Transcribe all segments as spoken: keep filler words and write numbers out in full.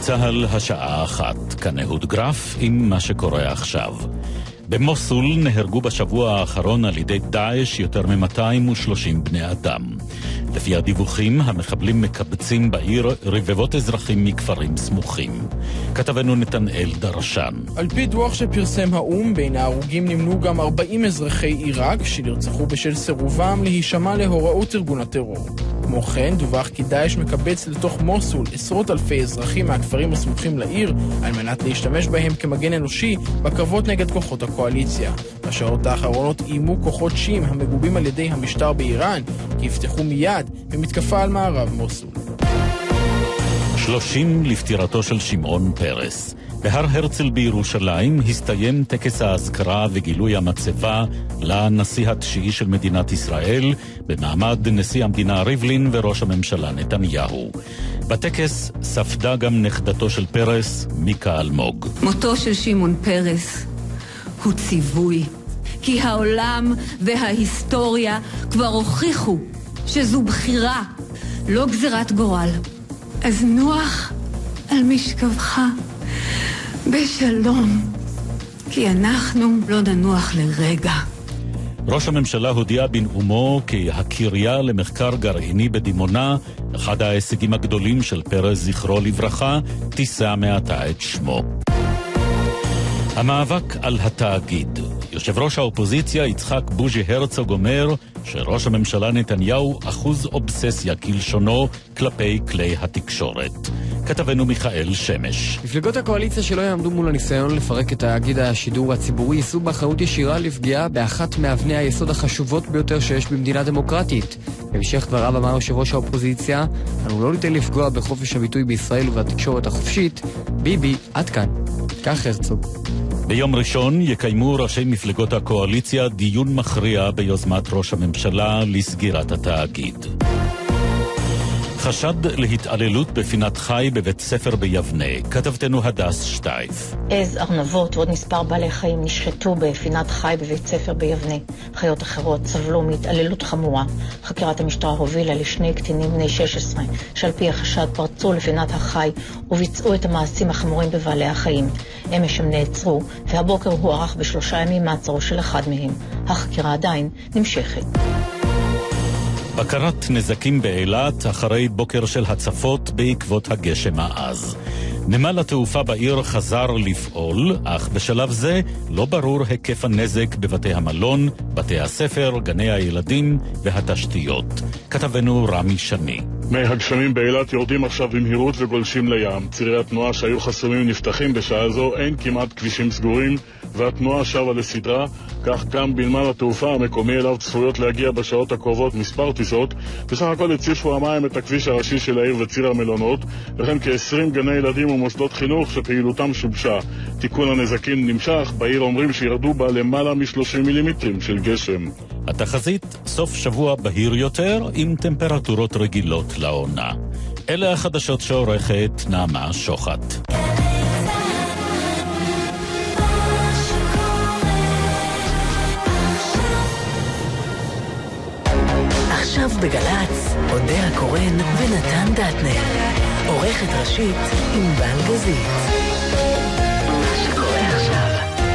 צהל השעה אחת, כאן אהוד גרף עם מה שקורה עכשיו. במוסול נהרגו בשבוע האחרון על ידי דאעש יותר מ-מאתיים ושלושים בני אדם. לפי הדיווחים, המחבלים מקבצים בעיר רבבות אזרחים מכפרים סמוכים. כתבנו נתנאל דרשן. על פי דוח שפרסם האום, בין ההרוגים נמנו גם ארבעים אזרחי עיראק שנרצחו בשל סירובם להישמע להוראות ארגון הטרור. כמו כן, דווח כי דאעש מקבץ לתוך מוסול עשרות אלפי אזרחים מהכפרים הסמוכים לעיר על מנת להשתמש בהם כמגן אנושי בקרבות נגד כוחות הקואליציה. בשעות האחרונות איימו כוחות שיעים המגובים על ידי המשטר באיראן כי יפתחו מיד במתקפה על מערב מוסול. שלושים לפטירתו של שמעון פרס. בהר הרצל בירושלים הסתיים טקס ההזכרה וגילוי המצבה לנשיא התשיעי של מדינת ישראל במעמד נשיא המדינה ריבלין וראש הממשלה נתניהו. בטקס ספדה גם נכדתו של פרס, מיקה אלמוג. מותו של שמעון פרס הוא ציווי, כי העולם וההיסטוריה כבר הוכיחו שזו בחירה, לא גזירת גורל. אז נוח על משכבך בשלום, כי אנחנו לא ננוח לרגע. ראש הממשלה הודיע בנאומו כי הקריה למחקר גרעיני בדימונה, אחד ההישגים הגדולים של פרס זכרו לברכה, תישא מעתה את שמו. המאבק על התאגיד. יושב ראש האופוזיציה יצחק בוז'י הרצוג אומר שראש הממשלה נתניהו אחוז אובססיה כלשונו כלפי כלי התקשורת. כתבנו מיכאל שמש. מפלגות הקואליציה שלא יעמדו מול הניסיון לפרק את תאגיד השידור הציבורי יישאו באחריות ישירה לפגיעה באחת מאבני היסוד החשובות ביותר שיש במדינה דמוקרטית. בהמשך דבריו אמר יושב ראש האופוזיציה, אנו לא ניתן לפגוע בחופש הביטוי בישראל ובתקשורת החופשית. ביבי, עד כאן. כך הרצוג. ביום ראשון יקיימו ראשי מפלגות הקואליציה דיון מכריע ביוזמת ראש הממשלה לסגירת התאגיד. חשד להתעללות בפינת חי בבית ספר ביבנה. כתבתנו הדס שטייף. עז, ארנבות ועוד מספר בעלי חיים נשחטו בפינת חי בבית ספר ביבנה. חיות אחרות סבלו מהתעללות חמורה. חקירת המשטרה הובילה לשני קטינים בני שש עשרה שעל פי החשד פרצו לפינת החי וביצעו את המעשים החמורים בבעלי החיים. אמש הם נעצרו והבוקר הוא ערך בשלושה ימים מעצרו של אחד מהם. החקירה עדיין נמשכת. בקרת נזקים באילת אחרי בוקר של הצפות בעקבות הגשם העז. נמל התעופה בעיר חזר לפעול, אך בשלב זה לא ברור היקף הנזק בבתי המלון, בתי הספר, גני הילדים והתשתיות. כתבנו רמי שני. מי הגשמים באילת יורדים עכשיו במהירות וגולשים לים. צירי התנועה שהיו חסומים נפתחים בשעה זו, אין כמעט כבישים סגורים והתנועה שבה לסדרה. כך גם בנמל התעופה המקומי אליו צפויות להגיע בשעות הקרובות מספר טיסות. בסך הכל הציפו המים את הכביש הראשי של העיר וציר המלונות, וכן כ-עשרים גני ילדים ומוסדות חינוך שפעילותם שובשה. תיקון הנזקים נמשך, בעיר אומרים שירדו בה למעלה מ-שלושים מילימטרים של גשם. התחזית, סוף שבוע בהיר יותר עם טמפרטורות רגילות לעונה. אלה החדשות שעורכת נעמה שוחט. עכשיו בגלץ, אודיה קורן ונתן דטנר. עורכת ראשית עם בלגזית. מה שקורה עכשיו.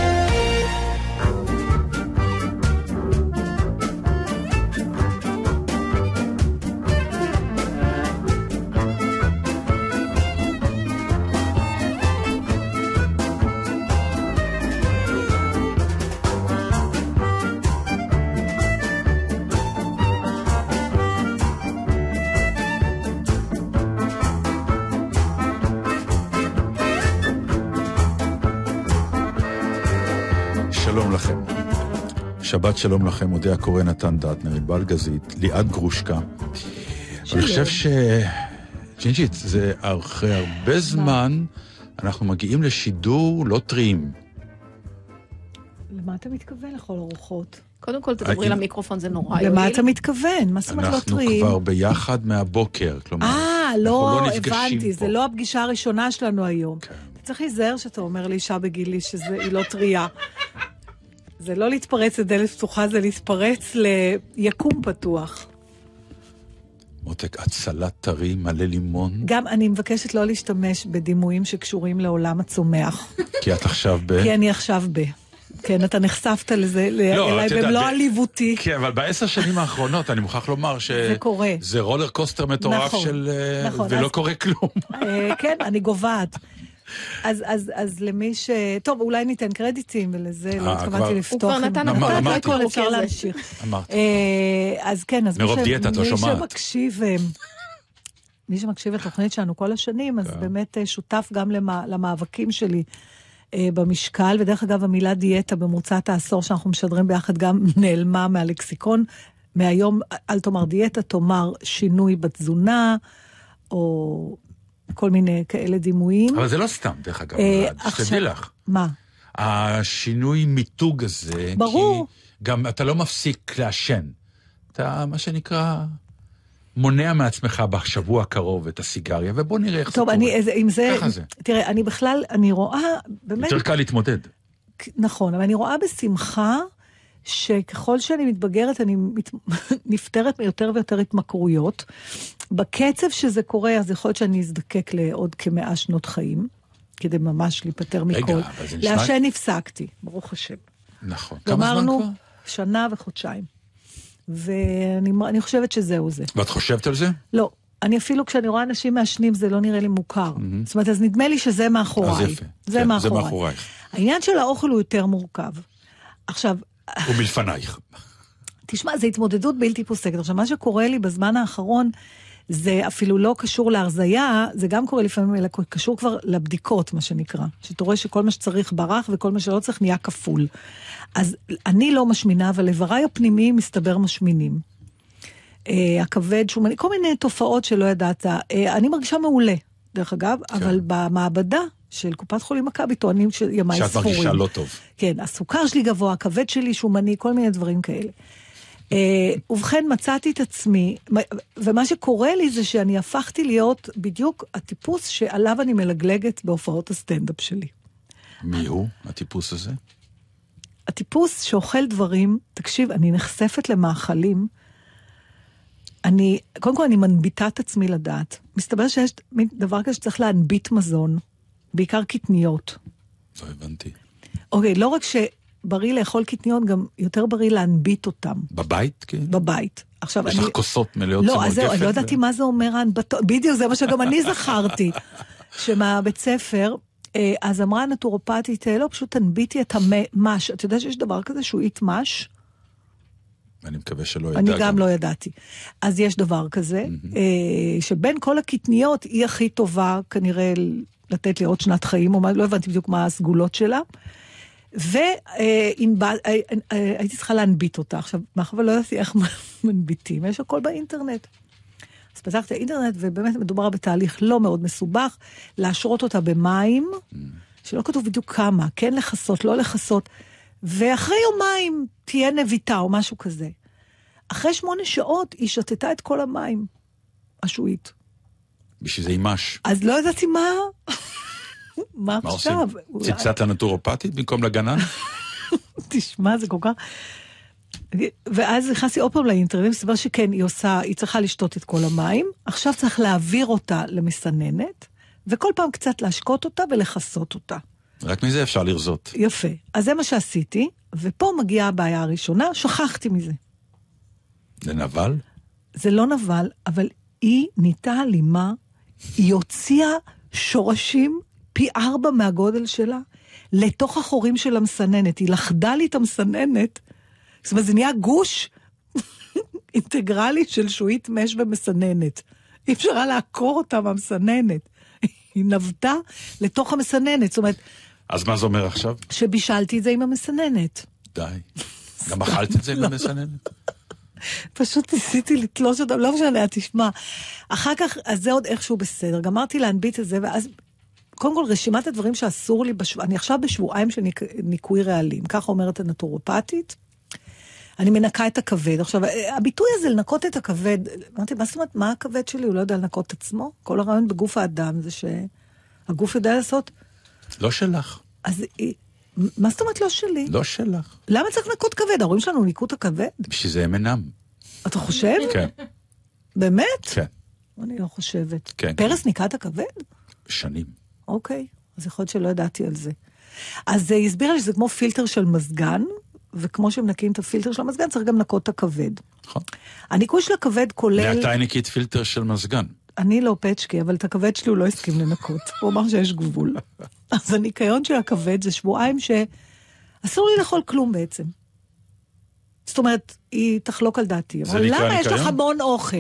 שלום לכם. שבת שלום לכם, אודיה קורן, נתן דטנר, בלגזית, ליעד גרושקה. אני חושב ש... ג'ינג'ית, זה אחרי הרבה זמן אנחנו מגיעים לשידור לא טריים. למה אתה מתכוון לכל הרוחות? קודם כל תדברי למיקרופון, זה נורא יועיל. למה אתה מתכוון? מה זאת אומרת לא טריים? אנחנו כבר ביחד מהבוקר, כלומר. אה, לא, הבנתי, זה לא הפגישה הראשונה שלנו היום. אתה צריך להיזהר שאתה אומר לאישה בגילי שהיא לא טריה. זה לא להתפרץ לדלת פתוחה, זה להתפרץ ליקום פתוח. מותק, הצלת טרי, מלא לימון. גם אני מבקשת לא להשתמש בדימויים שקשורים לעולם הצומח. כי את עכשיו ב... כי אני עכשיו ב... כן, אתה נחשפת לזה, אליי במלוא עליבותי. כן, אבל בעשר שנים האחרונות אני מוכרח לומר ש... זה קורה. זה רולר קוסטר מטורף של... ולא קורה כלום. כן, אני גובעת. אז, אז, אז למי ש... טוב, אולי ניתן קרדיטים, ולזה לא התכוונתי לפתוח. הוא כבר נתן הכל, לא הכל אפשר להמשיך. אמרתי. אז כן, אז מרוב דיאטה, את לא שומעת. מי שמקשיב... מי שמקשיב לתוכנית שלנו כל השנים, אז באמת שותף גם למאבקים שלי במשקל, ודרך אגב המילה דיאטה במוצאת העשור שאנחנו משדרים ביחד גם נעלמה מהלקסיקון. מהיום אל תאמר דיאטה, תאמר שינוי בתזונה, או כל מיני כאלה דימויים. אבל זה לא סתם, דרך אגב, שתדעי לך. מה? השינוי מיתוג הזה, ברור. כי גם אתה לא מפסיק לעשן. אתה, מה שנקרא... מונע מעצמך בשבוע הקרוב את הסיגריה, ובוא נראה איך טוב, זה אני, קורה. טוב, עם זה... ככה זה. תראה, אני בכלל, אני רואה... באמת... יותר קל להתמודד. נכון, אבל אני רואה בשמחה שככל שאני מתבגרת, אני מת... נפטרת מיותר ויותר התמכרויות. בקצב שזה קורה, אז יכול להיות שאני אזדקק לעוד כמאה שנות חיים, כדי ממש להיפטר מכל. רגע, אבל זה נשמע... לעשן הפסקתי, ברוך השם. נכון. כמה זמן כבר? שנה וחודשיים. ואני אני חושבת שזהו זה. ואת חושבת על זה? לא. אני אפילו כשאני רואה אנשים מעשנים, זה לא נראה לי מוכר. Mm-hmm. זאת אומרת, אז נדמה לי שזה מאחוריי. אז יפה. זה כן, מאחוריי. זה מאחורייך. העניין של האוכל הוא יותר מורכב. עכשיו... ומלפנייך. תשמע, זה התמודדות בלתי פוסקת. עכשיו, מה שקורה לי בזמן האחרון, זה אפילו לא קשור להרזיה, זה גם קורה לפעמים, אלא קשור כבר לבדיקות, מה שנקרא. שאתה רואה שכל מה שצריך ברח, וכל מה שלא צריך נהיה כפול. אז אני לא משמינה, אבל לבריי הפנימיים מסתבר משמינים. אה, הכבד, שומני, כל מיני תופעות שלא ידעת. אה, אני מרגישה מעולה, דרך אגב, כן. אבל במעבדה של קופת חולים מכבי, טוענים שימי ספורים. שאת מרגישה לא טוב. כן, הסוכר שלי גבוה, הכבד שלי שומני, כל מיני דברים כאלה. ובכן מצאתי את עצמי, ומה שקורה לי זה שאני הפכתי להיות בדיוק הטיפוס שעליו אני מלגלגת בהופעות הסטנדאפ שלי. מי הוא הטיפוס הזה? הטיפוס שאוכל דברים, תקשיב, אני נחשפת למאכלים, אני, קודם כל אני מנביטה את עצמי לדעת. מסתבר שיש דבר כזה שצריך להנביט מזון, בעיקר קטניות. לא הבנתי. אוקיי, לא רק ש... בריא לאכול קטניות, גם יותר בריא להנביט אותם. בבית? כן. בבית. עכשיו, יש אני... לך כוסות מלאות צמור גפן? לא, אז זהו, אני לא ידעתי מה זה אומר ההנבטות. בדיוק, זה מה שגם אני זכרתי. שמהבית ספר, אז אמרה הנטורופטית, לא, פשוט תנביטי את המש. אתה יודע שיש דבר כזה שהוא אית מש? אני מקווה שלא ידע. אני גם לא ידעתי. אז יש דבר כזה, שבין כל הקטניות, היא הכי טובה, כנראה, לתת לי עוד שנת חיים, או לא הבנתי בדיוק מה הסגולות שלה. והייתי צריכה להנביט אותה. עכשיו, מאחר ולא ידעתי איך מנביטים, יש הכל באינטרנט. אז פתחתי האינטרנט, ובאמת מדובר בתהליך לא מאוד מסובך, להשרות אותה במים, שלא כתוב בדיוק כמה, כן לחסות, לא לחסות, ואחרי יומיים תהיה נביטה או משהו כזה. אחרי שמונה שעות היא שתתה את כל המים, השועית. בשביל זה אימש. אז לא ידעתי מה... מה עכשיו? צלצת לנטורופטית במקום לגנן? תשמע, זה כל כך... ואז נכנסתי עוד פעם לאינטרנט, מסתבר שכן, היא עושה, היא צריכה לשתות את כל המים, עכשיו צריך להעביר אותה למסננת, וכל פעם קצת להשקות אותה ולחסות אותה. רק מזה אפשר לרזות. יפה. אז זה מה שעשיתי, ופה מגיעה הבעיה הראשונה, שכחתי מזה. זה נבל? זה לא נבל, אבל היא ניתה אלימה, היא הוציאה שורשים פי ארבע מהגודל שלה, לתוך החורים של המסננת. היא לחדה לי את המסננת, זאת אומרת, זה נהיה גוש אינטגרלי של שועית מש ומסננת. אי אפשר לעקור אותה מהמסננת. היא נבטה לתוך המסננת, זאת אומרת... אז מה זה אומר עכשיו? שבישלתי את זה עם המסננת. די. גם אכלת את זה עם המסננת? פשוט ניסיתי לתלוש אותם, לא משנה, תשמע. אחר כך, אז זה עוד איכשהו בסדר. גמרתי להנביט את זה, ואז, קודם כל, רשימת הדברים שאסור לי, בשבוע, אני עכשיו בשבועיים של ניק, ניקוי רעלים, ככה אומרת הנטורופטית, אני מנקה את הכבד. עכשיו, הביטוי הזה, לנקות את הכבד, אמרתי, מה זאת אומרת, מה הכבד שלי? הוא לא יודע לנקות את עצמו? כל הרעיון בגוף האדם זה שהגוף יודע לעשות... לא שלך. אז מה זאת אומרת לא שלי? לא שלך. למה צריך לנקות כבד? ההורים שלנו ניקו את הכבד? בשביל זה הם אינם. אתה חושב? כן. באמת? כן. אני לא חושבת. כן. פרס ניקה את הכבד? שנים. אוקיי, אז יכול להיות שלא ידעתי על זה. אז היא הסבירה לי שזה כמו פילטר של מזגן, וכמו שמנקים את הפילטר של המזגן, צריך גם לנקות את הכבד. נכון. הניקוי של הכבד כולל... מתי ניקית פילטר של מזגן? אני לא פצ'קי, אבל את הכבד שלי הוא לא הסכים לנקות. הוא אמר שיש גבול. אז הניקיון של הכבד זה שבועיים שאסור לי לאכול כלום בעצם. זאת אומרת, היא תחלוק על דעתי. אבל למה יש לך המון אוכל?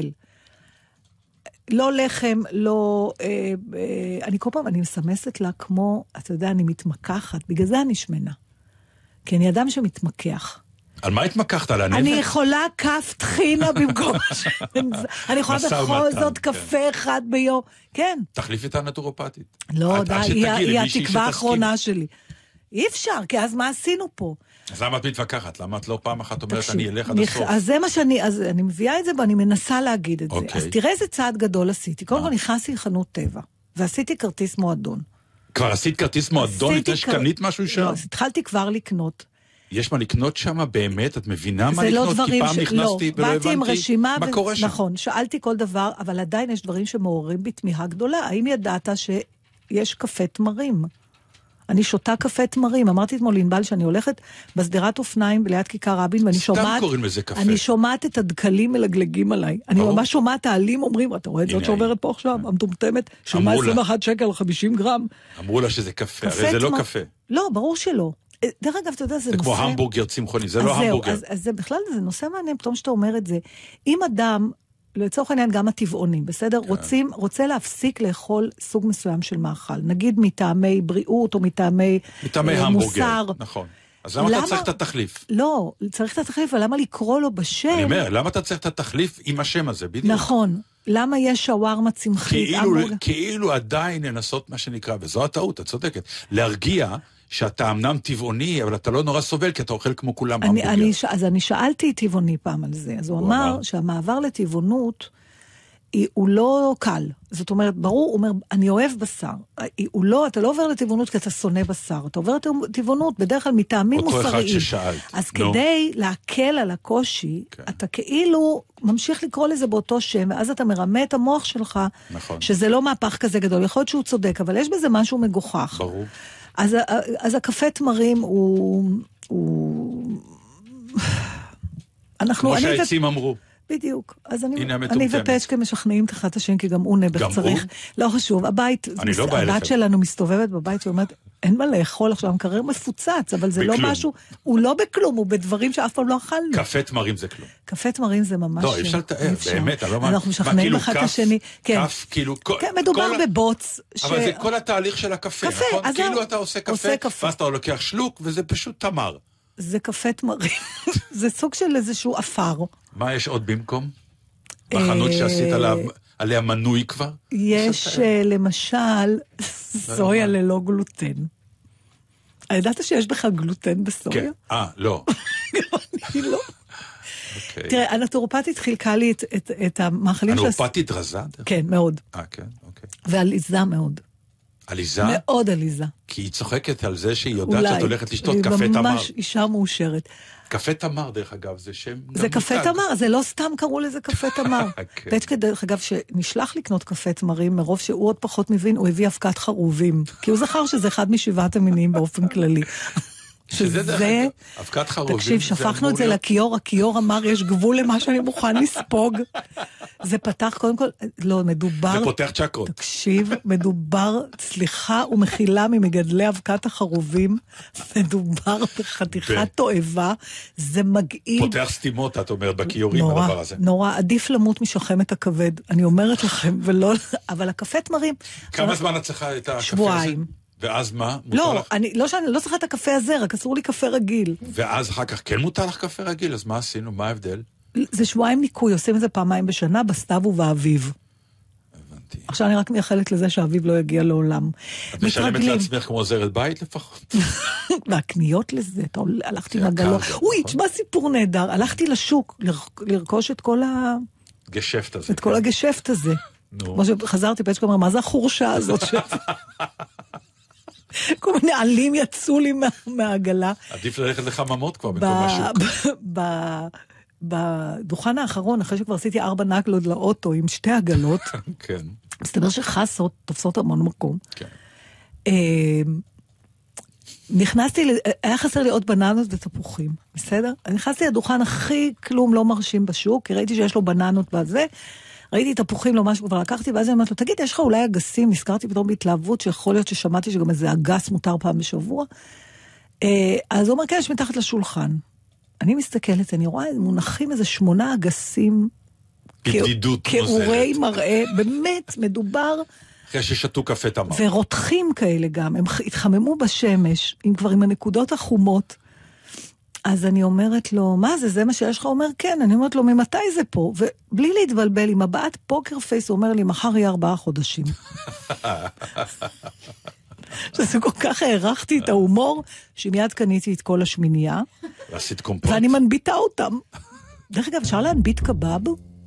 לא לחם, לא... אה, אה, אני כל פעם, אני מסמסת לה כמו, אתה יודע, אני מתמקחת. בגלל זה אני שמנה. כי אני אדם שמתמקח. על מה התמקחת? על הנפש? אני יכולה כף תחינה במקום... אני יכולה בכל זאת קפה אחד ביום. כן. תחליף את הנטורופטית. לא, די, היא התקווה האחרונה שלי. אי אפשר, כי אז מה עשינו פה? אז למה את מתווכחת? למה את לא פעם אחת אומרת, אני אלך עד הסוף? אז זה מה שאני, אז אני מביאה את זה ואני מנסה להגיד את זה. אז תראה איזה צעד גדול עשיתי. קודם כל נכנסתי לחנות טבע, ועשיתי כרטיס מועדון. כבר עשית כרטיס מועדון? לפני שקנית משהו שם? לא, אז התחלתי כבר לקנות. יש מה לקנות שם באמת? את מבינה מה לקנות? כי פעם נכנסתי ולא הבנתי מה קורה שם. נכון, שאלתי כל דבר, אבל עדיין יש דברים שמעוררים בי תמיהה גדולה. האם ידעת שיש קפה תמרים? אני שותה קפה תמרים. אמרתי אתמול לנבל שאני הולכת בסדרת אופניים ליד כיכר רבין, ואני שומעת... סתם קוראים לזה קפה. אני שומעת את הדקלים מלגלגים עליי. אני ממש שומעת העלים אומרים, אתה רואה את זאת שעוברת פה עכשיו, המטומטמת, שמה עשרים ואחת שקל על חמישים גרם. אמרו לה שזה קפה, הרי זה לא קפה. לא, ברור שלא. דרך אגב, אתה יודע, זה נושא... זה כמו המבורגר צמחוני, זה לא המבורגר. אז זה בכלל, זה נושא מעניין, פתאום שאתה אומר את זה. אם אדם, לצורך העניין גם הטבעונים, בסדר? רוצים, רוצה להפסיק לאכול סוג מסוים של מאכל. נגיד מטעמי בריאות או מטעמי מוסר. נכון. אז למה אתה צריך את התחליף? לא, צריך את התחליף, אבל למה לקרוא לו בשם? אני אומר, למה אתה צריך את התחליף עם השם הזה, בדיוק? נכון. למה יש שווארמה צמחית? כאילו עדיין לנסות מה שנקרא, וזו הטעות, את צודקת, להרגיע שאתה אמנם טבעוני, אבל אתה לא נורא סובל, כי אתה אוכל כמו כולם המבורגר. אז אני שאלתי טבעוני פעם על זה, אז הוא אמר שהמעבר לטבעונות, הוא לא קל. זאת אומרת, ברור, הוא אומר, אני אוהב בשר. הוא לא, אתה לא עובר לטבעונות כי אתה שונא בשר. אתה עובר לטבעונות בדרך כלל מטעמים מוסריים. אותו אחד ששאלת. אז כדי להקל על הקושי, אתה כאילו ממשיך לקרוא לזה באותו שם, ואז אתה מרמה את המוח שלך, שזה לא מהפך כזה גדול. יכול להיות שהוא צודק, אבל יש בזה משהו מגוחך. ברור. אז, אז הקפה תמרים הוא... הוא... אנחנו, כמו שהעצים ו... אמרו. בדיוק. אז אני, אני ופצ'קה משכנעים תחת השם, כי גם הוא נבח צריך. לא חשוב. הבית, לא הבת שלנו מסתובבת בבית ואומרת, אין מה לאכול עכשיו, המקרר מפוצץ, אבל זה בכלום. לא משהו, הוא לא בכלום, הוא בדברים שאף פעם לא אכלנו. קפה תמרים זה כלום. קפה תמרים זה ממש... לא, אפשר לתאר, באמת, אני לא מה... אנחנו משכנעים אחד את השני. כן. כף, כאילו... כן, מדובר בבוץ. אבל זה כל התהליך של הקפה, נכון? כאילו אתה עושה קפה, ואז אתה לוקח שלוק, וזה פשוט תמר. זה קפה תמרים. זה סוג של איזשהו אפר. מה יש עוד במקום? בחנות שעשית עליה מנוי כבר? יש למשל סויה ללא גלוטן. ידעת שיש בך גלוטן בסויה? כן. אה, לא. אני לא. תראה, הנטורופטית חילקה לי את המאכלים... הנטורופטית רזה? כן, מאוד. אה, כן, אוקיי. ועליזה מאוד. עליזה? מאוד עליזה. כי היא צוחקת על זה שהיא יודעת שאת הולכת לשתות קפה תמר. היא ממש אישה מאושרת. קפה תמר, דרך אגב, זה שם... זה קפה תמר, זה לא סתם קראו לזה קפה תמר. פצ'קה, דרך אגב, שנשלח לקנות קפה תמרים, מרוב שהוא עוד פחות מבין, הוא הביא אבקת חרובים. כי הוא זכר שזה אחד משבעת המינים באופן כללי. שזה דרך אגב, אבקת חרובים... תקשיב, שפכנו את זה לכיור, הכיור אמר, יש גבול למה שאני מוכן לספוג. זה פתח, קודם כל, לא, מדובר... זה פותח צ'קרות. תקשיב, מדובר, סליחה ומחילה ממגדלי אבקת החרובים, מדובר בחתיכת תועבה, זה מגעיל... פותח סתימות, את אומרת, בכיורים הדבר הזה. נורא, עדיף למות משחמת הכבד, אני אומרת לכם, ולא... אבל הקפה תמרים... כמה זמן את צריכה את הקפה הזה? שבועיים. ואז מה? לא, אני, לא שאני לא צריכה את הקפה הזה, רק אסור לי קפה רגיל. ואז אחר כך כן מותר לך קפה רגיל, אז מה עשינו? מה ההבדל? זה שבועיים ניקוי, עושים את זה פעמיים בשנה, בסתיו ובאביב. הבנתי. עכשיו אני רק מייחלת לזה שהאביב לא יגיע לעולם. את משלמת לעצמך כמו עוזרת בית לפחות? והקניות לזה, אתה הלכתי עם הגלו. אוי, תשמע סיפור נהדר, הלכתי לשוק לרכוש את כל ה... גשפט הזה. את כל הגשפט הזה. כמו שחזרתי, פצ'קה אומר, מה זה החורשה הזאת? כל מיני עלים יצאו לי מהעגלה. עדיף ללכת לחממות כבר במקום השוק. בדוכן האחרון, אחרי שכבר עשיתי ארבע נקלות לאוטו עם שתי עגלות, כן. מסתבר שחסות תופסות המון מקום. כן. נכנסתי, היה חסר לי עוד בננות ותפוחים, בסדר? נכנסתי לדוכן הכי כלום לא מרשים בשוק, כי ראיתי שיש לו בננות בזה, ראיתי תפוחים לא משהו, כבר לקחתי, ואז אני אומרת לו, תגיד, יש לך אולי אגסים? נזכרתי פתאום בהתלהבות, שיכול להיות ששמעתי שגם איזה אגס מותר פעם בשבוע. אז הוא אומר, כן, יש מתחת לשולחן. אני מסתכלת, אני רואה, מונחים איזה שמונה אגסים, כאורי מראה, באמת, מדובר... אחרי ששתו קפה תמר. ורותחים כאלה גם, הם התחממו בשמש, עם כבר עם הנקודות החומות. אז אני אומרת לו, מה זה, זה מה שיש לך? הוא אומר, כן. אני אומרת לו, ממתי זה פה? ובלי להתבלבל, עם הבעת פוקר פייס, הוא אומר לי, מחר יהיה ארבעה חודשים. שזה כל כך הערכתי את ההומור, שמיד קניתי את כל השמינייה. ועשית קומפוט. ואני מנביטה אותם. דרך אגב, אפשר להנביט קבב?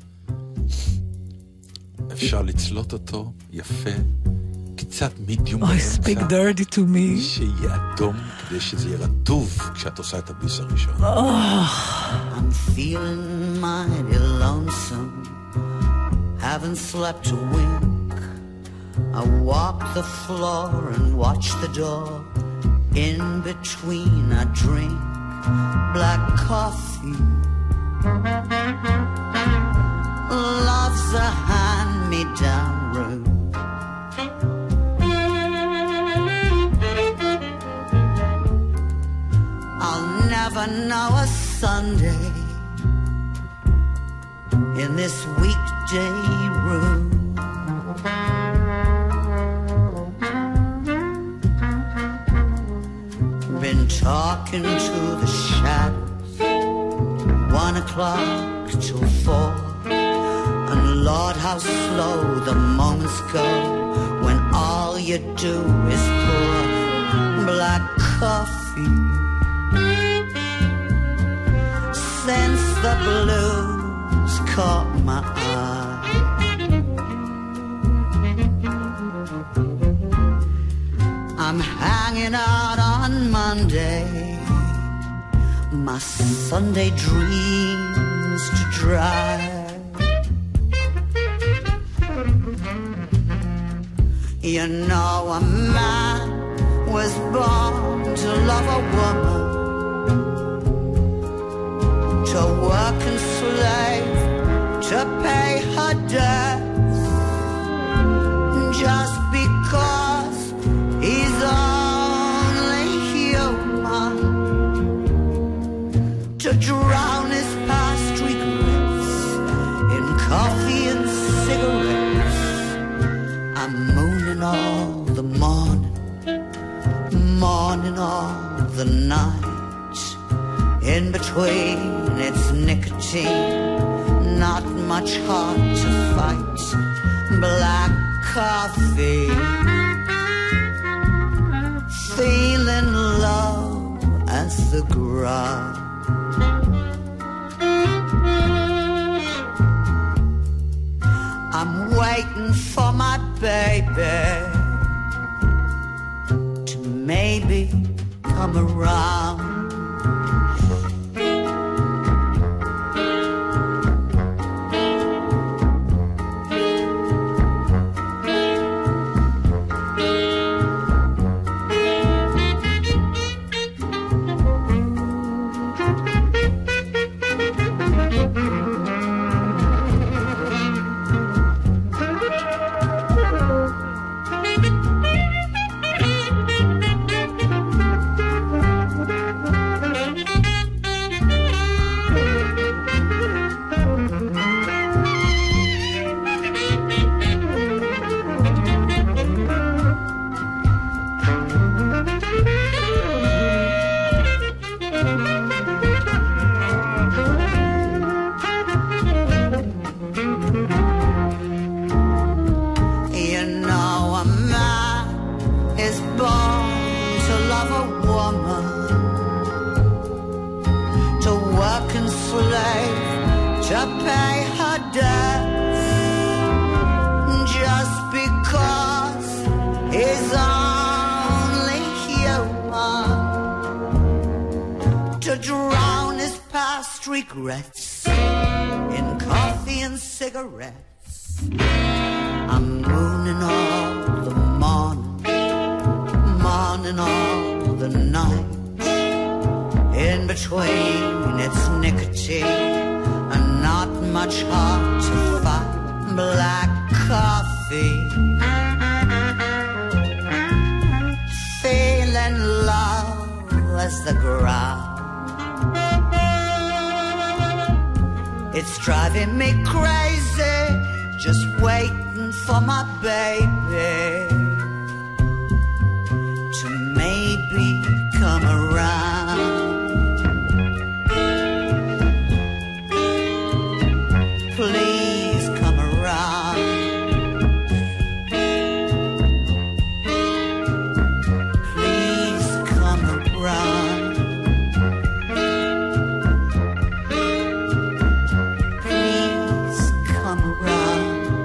אפשר לצלות אותו יפה, קצת מידיום. Oh, speak dirty to me. שיהיה אדום, כדי שזה יהיה רטוב כשאת עושה את הביס הראשון. I'm feeling mighty lonesome, haven't slept a wink. I walk the floor and watch the door. In between I drink black coffee. Love's a hand-me-down room. I'll never know a Sunday in this weekday room. Been talking to the shadows, one o'clock till four. And Lord, how slow the moments go when all you do is pour black coffee. Since the blues caught my eye, I'm hanging out on Monday, my Sunday dreams to dry. You know a man was born to love a woman, to work and slave, to pay her debts, just because he's only human, to drown his past regrets in coffee and cigarettes. I'm mooning all the morning, morning all the night. In between it's nicotine, not much hard to fight. Black coffee, feeling love as the ground. I'm waiting for my baby to maybe come around. regrets in coffee and cigarettes. I'm mooning all the morning, morning all the night. In between it's nicotine and not much hard to fight. Black coffee, feeling love as the ground. It's driving me crazy, just waiting for my baby to maybe come around. Please come around. Please come around. Please come around.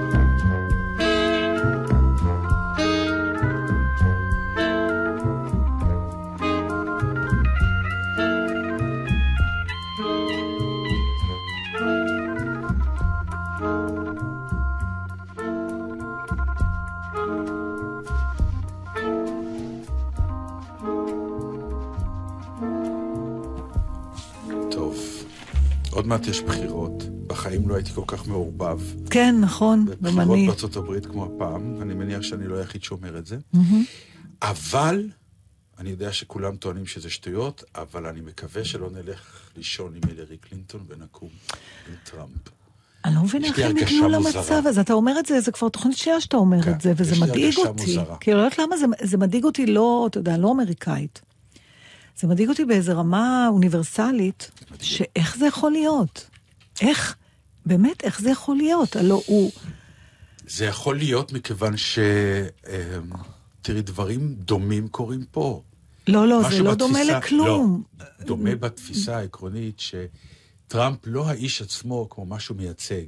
עוד מעט יש בחירות. בחיים לא הייתי כל כך מעורבב. כן, נכון. בחירות בארצות הברית כמו הפעם. אני מניח שאני לא היחיד שאומר את זה. אבל, אני יודע שכולם טוענים שזה שטויות, אבל אני מקווה שלא נלך לישון עם הילרי קלינטון ונקום עם טראמפ. אני לא מבינה איך הם נקנו למצב הזה. אתה אומר את זה, זה כבר תוכנית שנייה שאתה אומר את זה, וזה מדאיג אותי. כי אני לא יודעת למה זה מדאיג אותי לא, אתה יודע, לא אמריקאית. זה מדאיג אותי באיזו רמה אוניברסלית, שאיך זה יכול להיות? איך? באמת, איך זה יכול להיות? הלא הוא... זה יכול להיות מכיוון ש... תראי, דברים דומים קורים פה. לא, לא, זה לא דומה לכלום. לא, דומה בתפיסה העקרונית שטראמפ לא האיש עצמו כמו משהו מייצג.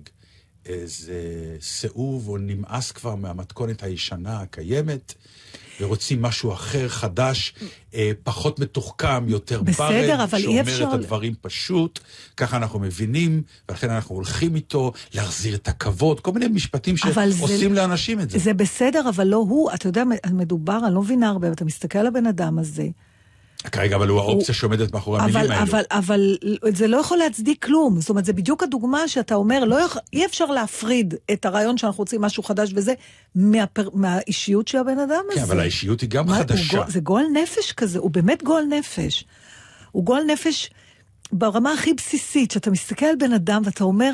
איזה סיאוב או נמאס כבר מהמתכונת הישנה הקיימת, ורוצים משהו אחר, חדש, אה, פחות מתוחכם, יותר ברד, שאומר אפשר... את הדברים פשוט, ככה אנחנו מבינים, ולכן אנחנו הולכים איתו, להחזיר את הכבוד, כל מיני משפטים שעושים זה... לאנשים את זה. זה בסדר, אבל לא הוא, אתה יודע, מדובר, אני לא מבינה הרבה, אתה מסתכל על הבן אדם הזה, כרגע, אבל הוא האופציה שעומדת מאחורי המילים האלו. אבל, אבל זה לא יכול להצדיק כלום. זאת אומרת, זה בדיוק הדוגמה שאתה אומר, לא יכול, אי אפשר להפריד את הרעיון שאנחנו רוצים משהו חדש וזה, מהפר, מהאישיות של הבן אדם הזה. כן, אבל האישיות היא גם חדשה. הוא, זה גול נפש כזה, הוא באמת גול נפש. הוא גול נפש ברמה הכי בסיסית, שאתה מסתכל על בן אדם ואתה אומר,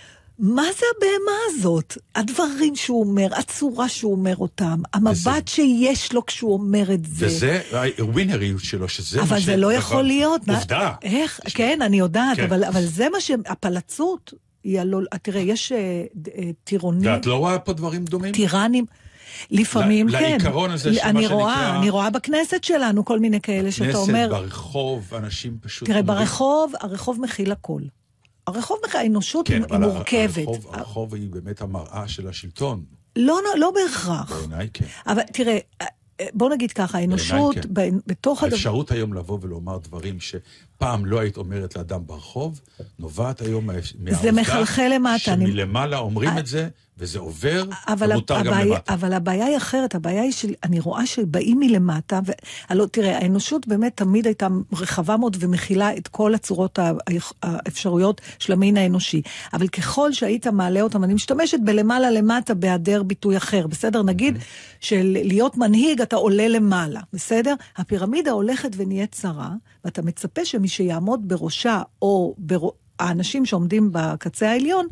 מה זה הבהמה הזאת? הדברים שהוא אומר, הצורה שהוא אומר אותם, המבט וזה... שיש לו כשהוא אומר את זה. וזה הווינריות שלו, שזה אבל מה ש... זה לא יכול להיות. עובדה. איך? ש... כן, אני יודעת, כן. אבל, אבל זה מה שהפלצות, לא... תראה, יש טירונים. ואת לא רואה פה דברים דומים? טירנים. לפעמים ל- כן. לעיקרון הזה שמה אני שנקרא... רואה, אני רואה בכנסת שלנו כל מיני כאלה שאתה אומר... בכנסת, ברחוב, אנשים פשוט... תראה, אומרים... ברחוב, הרחוב מכיל הכל. הרחוב, האנושות כן, היא מורכבת. הרחוב, הרחוב היא באמת המראה של השלטון. לא, לא, לא בהכרח. בעיניי כן. אבל תראה, בוא נגיד ככה, האנושות כן. בתוך... האפשרות הדבר... היום לבוא ולומר דברים שפעם לא היית אומרת לאדם ברחוב, נובעת היום מהעובדה... זה מחלחל למטה. שמלמעלה אומרים את זה, וזה עובר, ומותר גם הבעיה, למטה. אבל הבעיה היא אחרת, הבעיה היא שאני רואה שבאים מלמטה, ולא, תראה, האנושות באמת תמיד הייתה רחבה מאוד ומכילה את כל הצורות האפשרויות של המין האנושי. אבל ככל שהיית מעלה אותם, אני משתמשת בלמעלה למטה בהיעדר ביטוי אחר, בסדר? נגיד של להיות מנהיג אתה עולה למעלה, בסדר? הפירמידה הולכת ונהיית צרה, ואתה מצפה שמי שיעמוד בראשה, או בר... האנשים שעומדים בקצה העליון,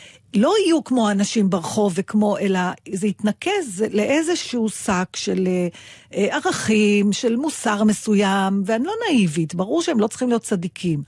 לא יהיו כמו אנשים ברחוב וכמו, אלא זה יתנקז לאיזשהו שק של אה, ערכים, של מוסר מסוים, ואני לא נאיבית, ברור שהם לא צריכים להיות צדיקים,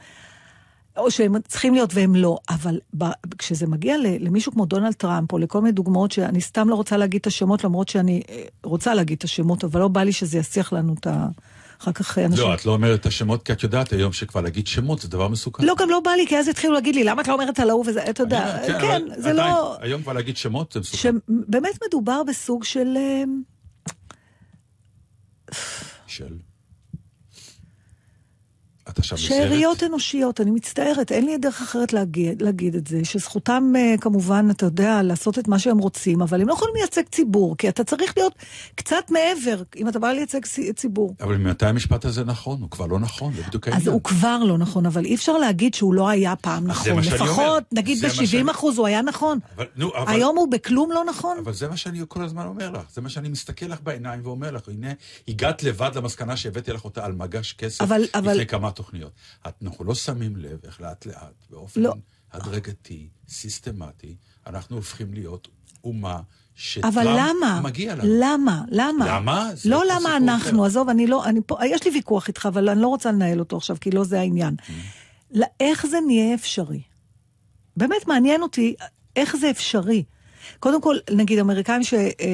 או שהם צריכים להיות והם לא, אבל ב, כשזה מגיע למישהו כמו דונלד טראמפ, או לכל מיני דוגמאות שאני סתם לא רוצה להגיד את השמות, למרות שאני רוצה להגיד את השמות, אבל לא בא לי שזה יסיח לנו את ה... אחר כך אנשים... לא, את לא אומרת את השמות, כי את יודעת היום שכבר להגיד שמות, זה דבר מסוכן. לא, גם לא בא לי, כי אז התחילו להגיד לי, למה את לא אומרת על ההוא וזה, אתה יודע, כן, זה לא... היום כבר להגיד שמות, זה מסוכן. שבאמת מדובר בסוג של... של? שאריות אנושיות, אני מצטערת, אין לי דרך אחרת להגיד, להגיד את זה, שזכותם כמובן, אתה יודע, לעשות את מה שהם רוצים, אבל הם לא יכולים לייצג ציבור, כי אתה צריך להיות קצת מעבר, אם אתה בא לייצג ציבור. אבל ממתי המשפט הזה נכון? הוא כבר לא נכון, זה בדיוק העניין. אז הוא כבר לא נכון, אבל אי אפשר להגיד שהוא לא היה פעם נכון. לפחות, נגיד ב-שבעים אחוז הוא היה נכון. אבל, נו, אבל... היום הוא בכלום לא נכון. אבל זה מה שאני כל הזמן אומר לך, זה מה שאני מסתכל לך בעיניים ואומר לך, הנה, הגעת לבד למסקנה שהבאתי לך אותה על מגש כסף אבל, לפני אבל... כמה תוכניות. אנחנו לא שמים לב איך לאט לאט, באופן לא. הדרגתי, סיסטמטי, אנחנו הופכים להיות אומה שטראמפ מגיע לנו. למה? למה? למה? לא למה אנחנו, אחר. עזוב, אני לא, אני פה, יש לי ויכוח איתך, אבל אני לא רוצה לנהל אותו עכשיו, כי לא זה העניין. Mm. איך זה נהיה אפשרי? באמת מעניין אותי, איך זה אפשרי? קודם כל, נגיד, אמריקאים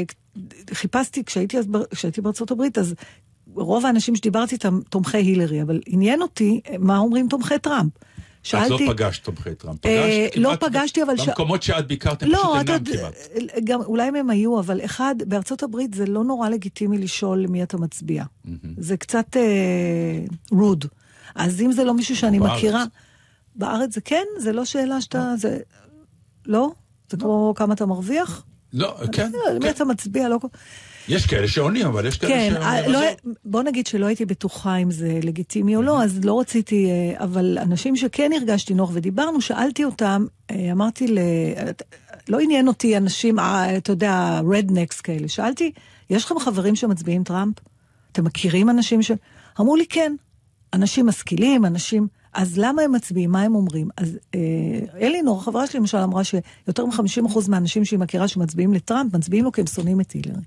שחיפשתי, כשהייתי, כשהייתי בארצות הברית, אז רוב האנשים שדיברתי איתם תומכי הילרי, אבל עניין אותי מה אומרים תומכי טראמפ. שאלתי... את לא פגשת תומכי טראמפ. אה, לא פגשתי, אבל... במקומות ש... שאת ביקרתם לא, פשוט אינם כמעט. גם, אולי הם היו, אבל אחד, בארצות הברית זה לא נורא לגיטימי לשאול למי אתה מצביע. Mm-hmm. זה קצת אה, רוד. אז אם זה לא מישהו שאני בארץ. מכירה... בארץ זה כן? זה לא שאלה שאתה... לא? זה... לא? זה לא. כמו כמה אתה מרוויח? לא, כן. למי כן. אתה מצביע? לא... יש כאלה שעונים, אבל יש כאלה כן, שעונים. לא, בוא נגיד שלא הייתי בטוחה אם זה לגיטימי או לא, אז לא רציתי, אבל אנשים שכן הרגשתי נוח ודיברנו, שאלתי אותם, אמרתי, ל... לא עניין אותי אנשים, אתה יודע, rednecks כאלה, שאלתי, יש לכם חברים שמצביעים טראמפ? אתם מכירים אנשים ש... אמרו לי כן, אנשים משכילים, אנשים... אז למה הם מצביעים? מה הם אומרים? אז אה, אלינור, חברה שלי למשל, אמרה שיותר מ-חמישים אחוז מהאנשים שהיא מכירה שמצביעים לטראמפ, מצביעים לו כי הם שונאים את הילרי.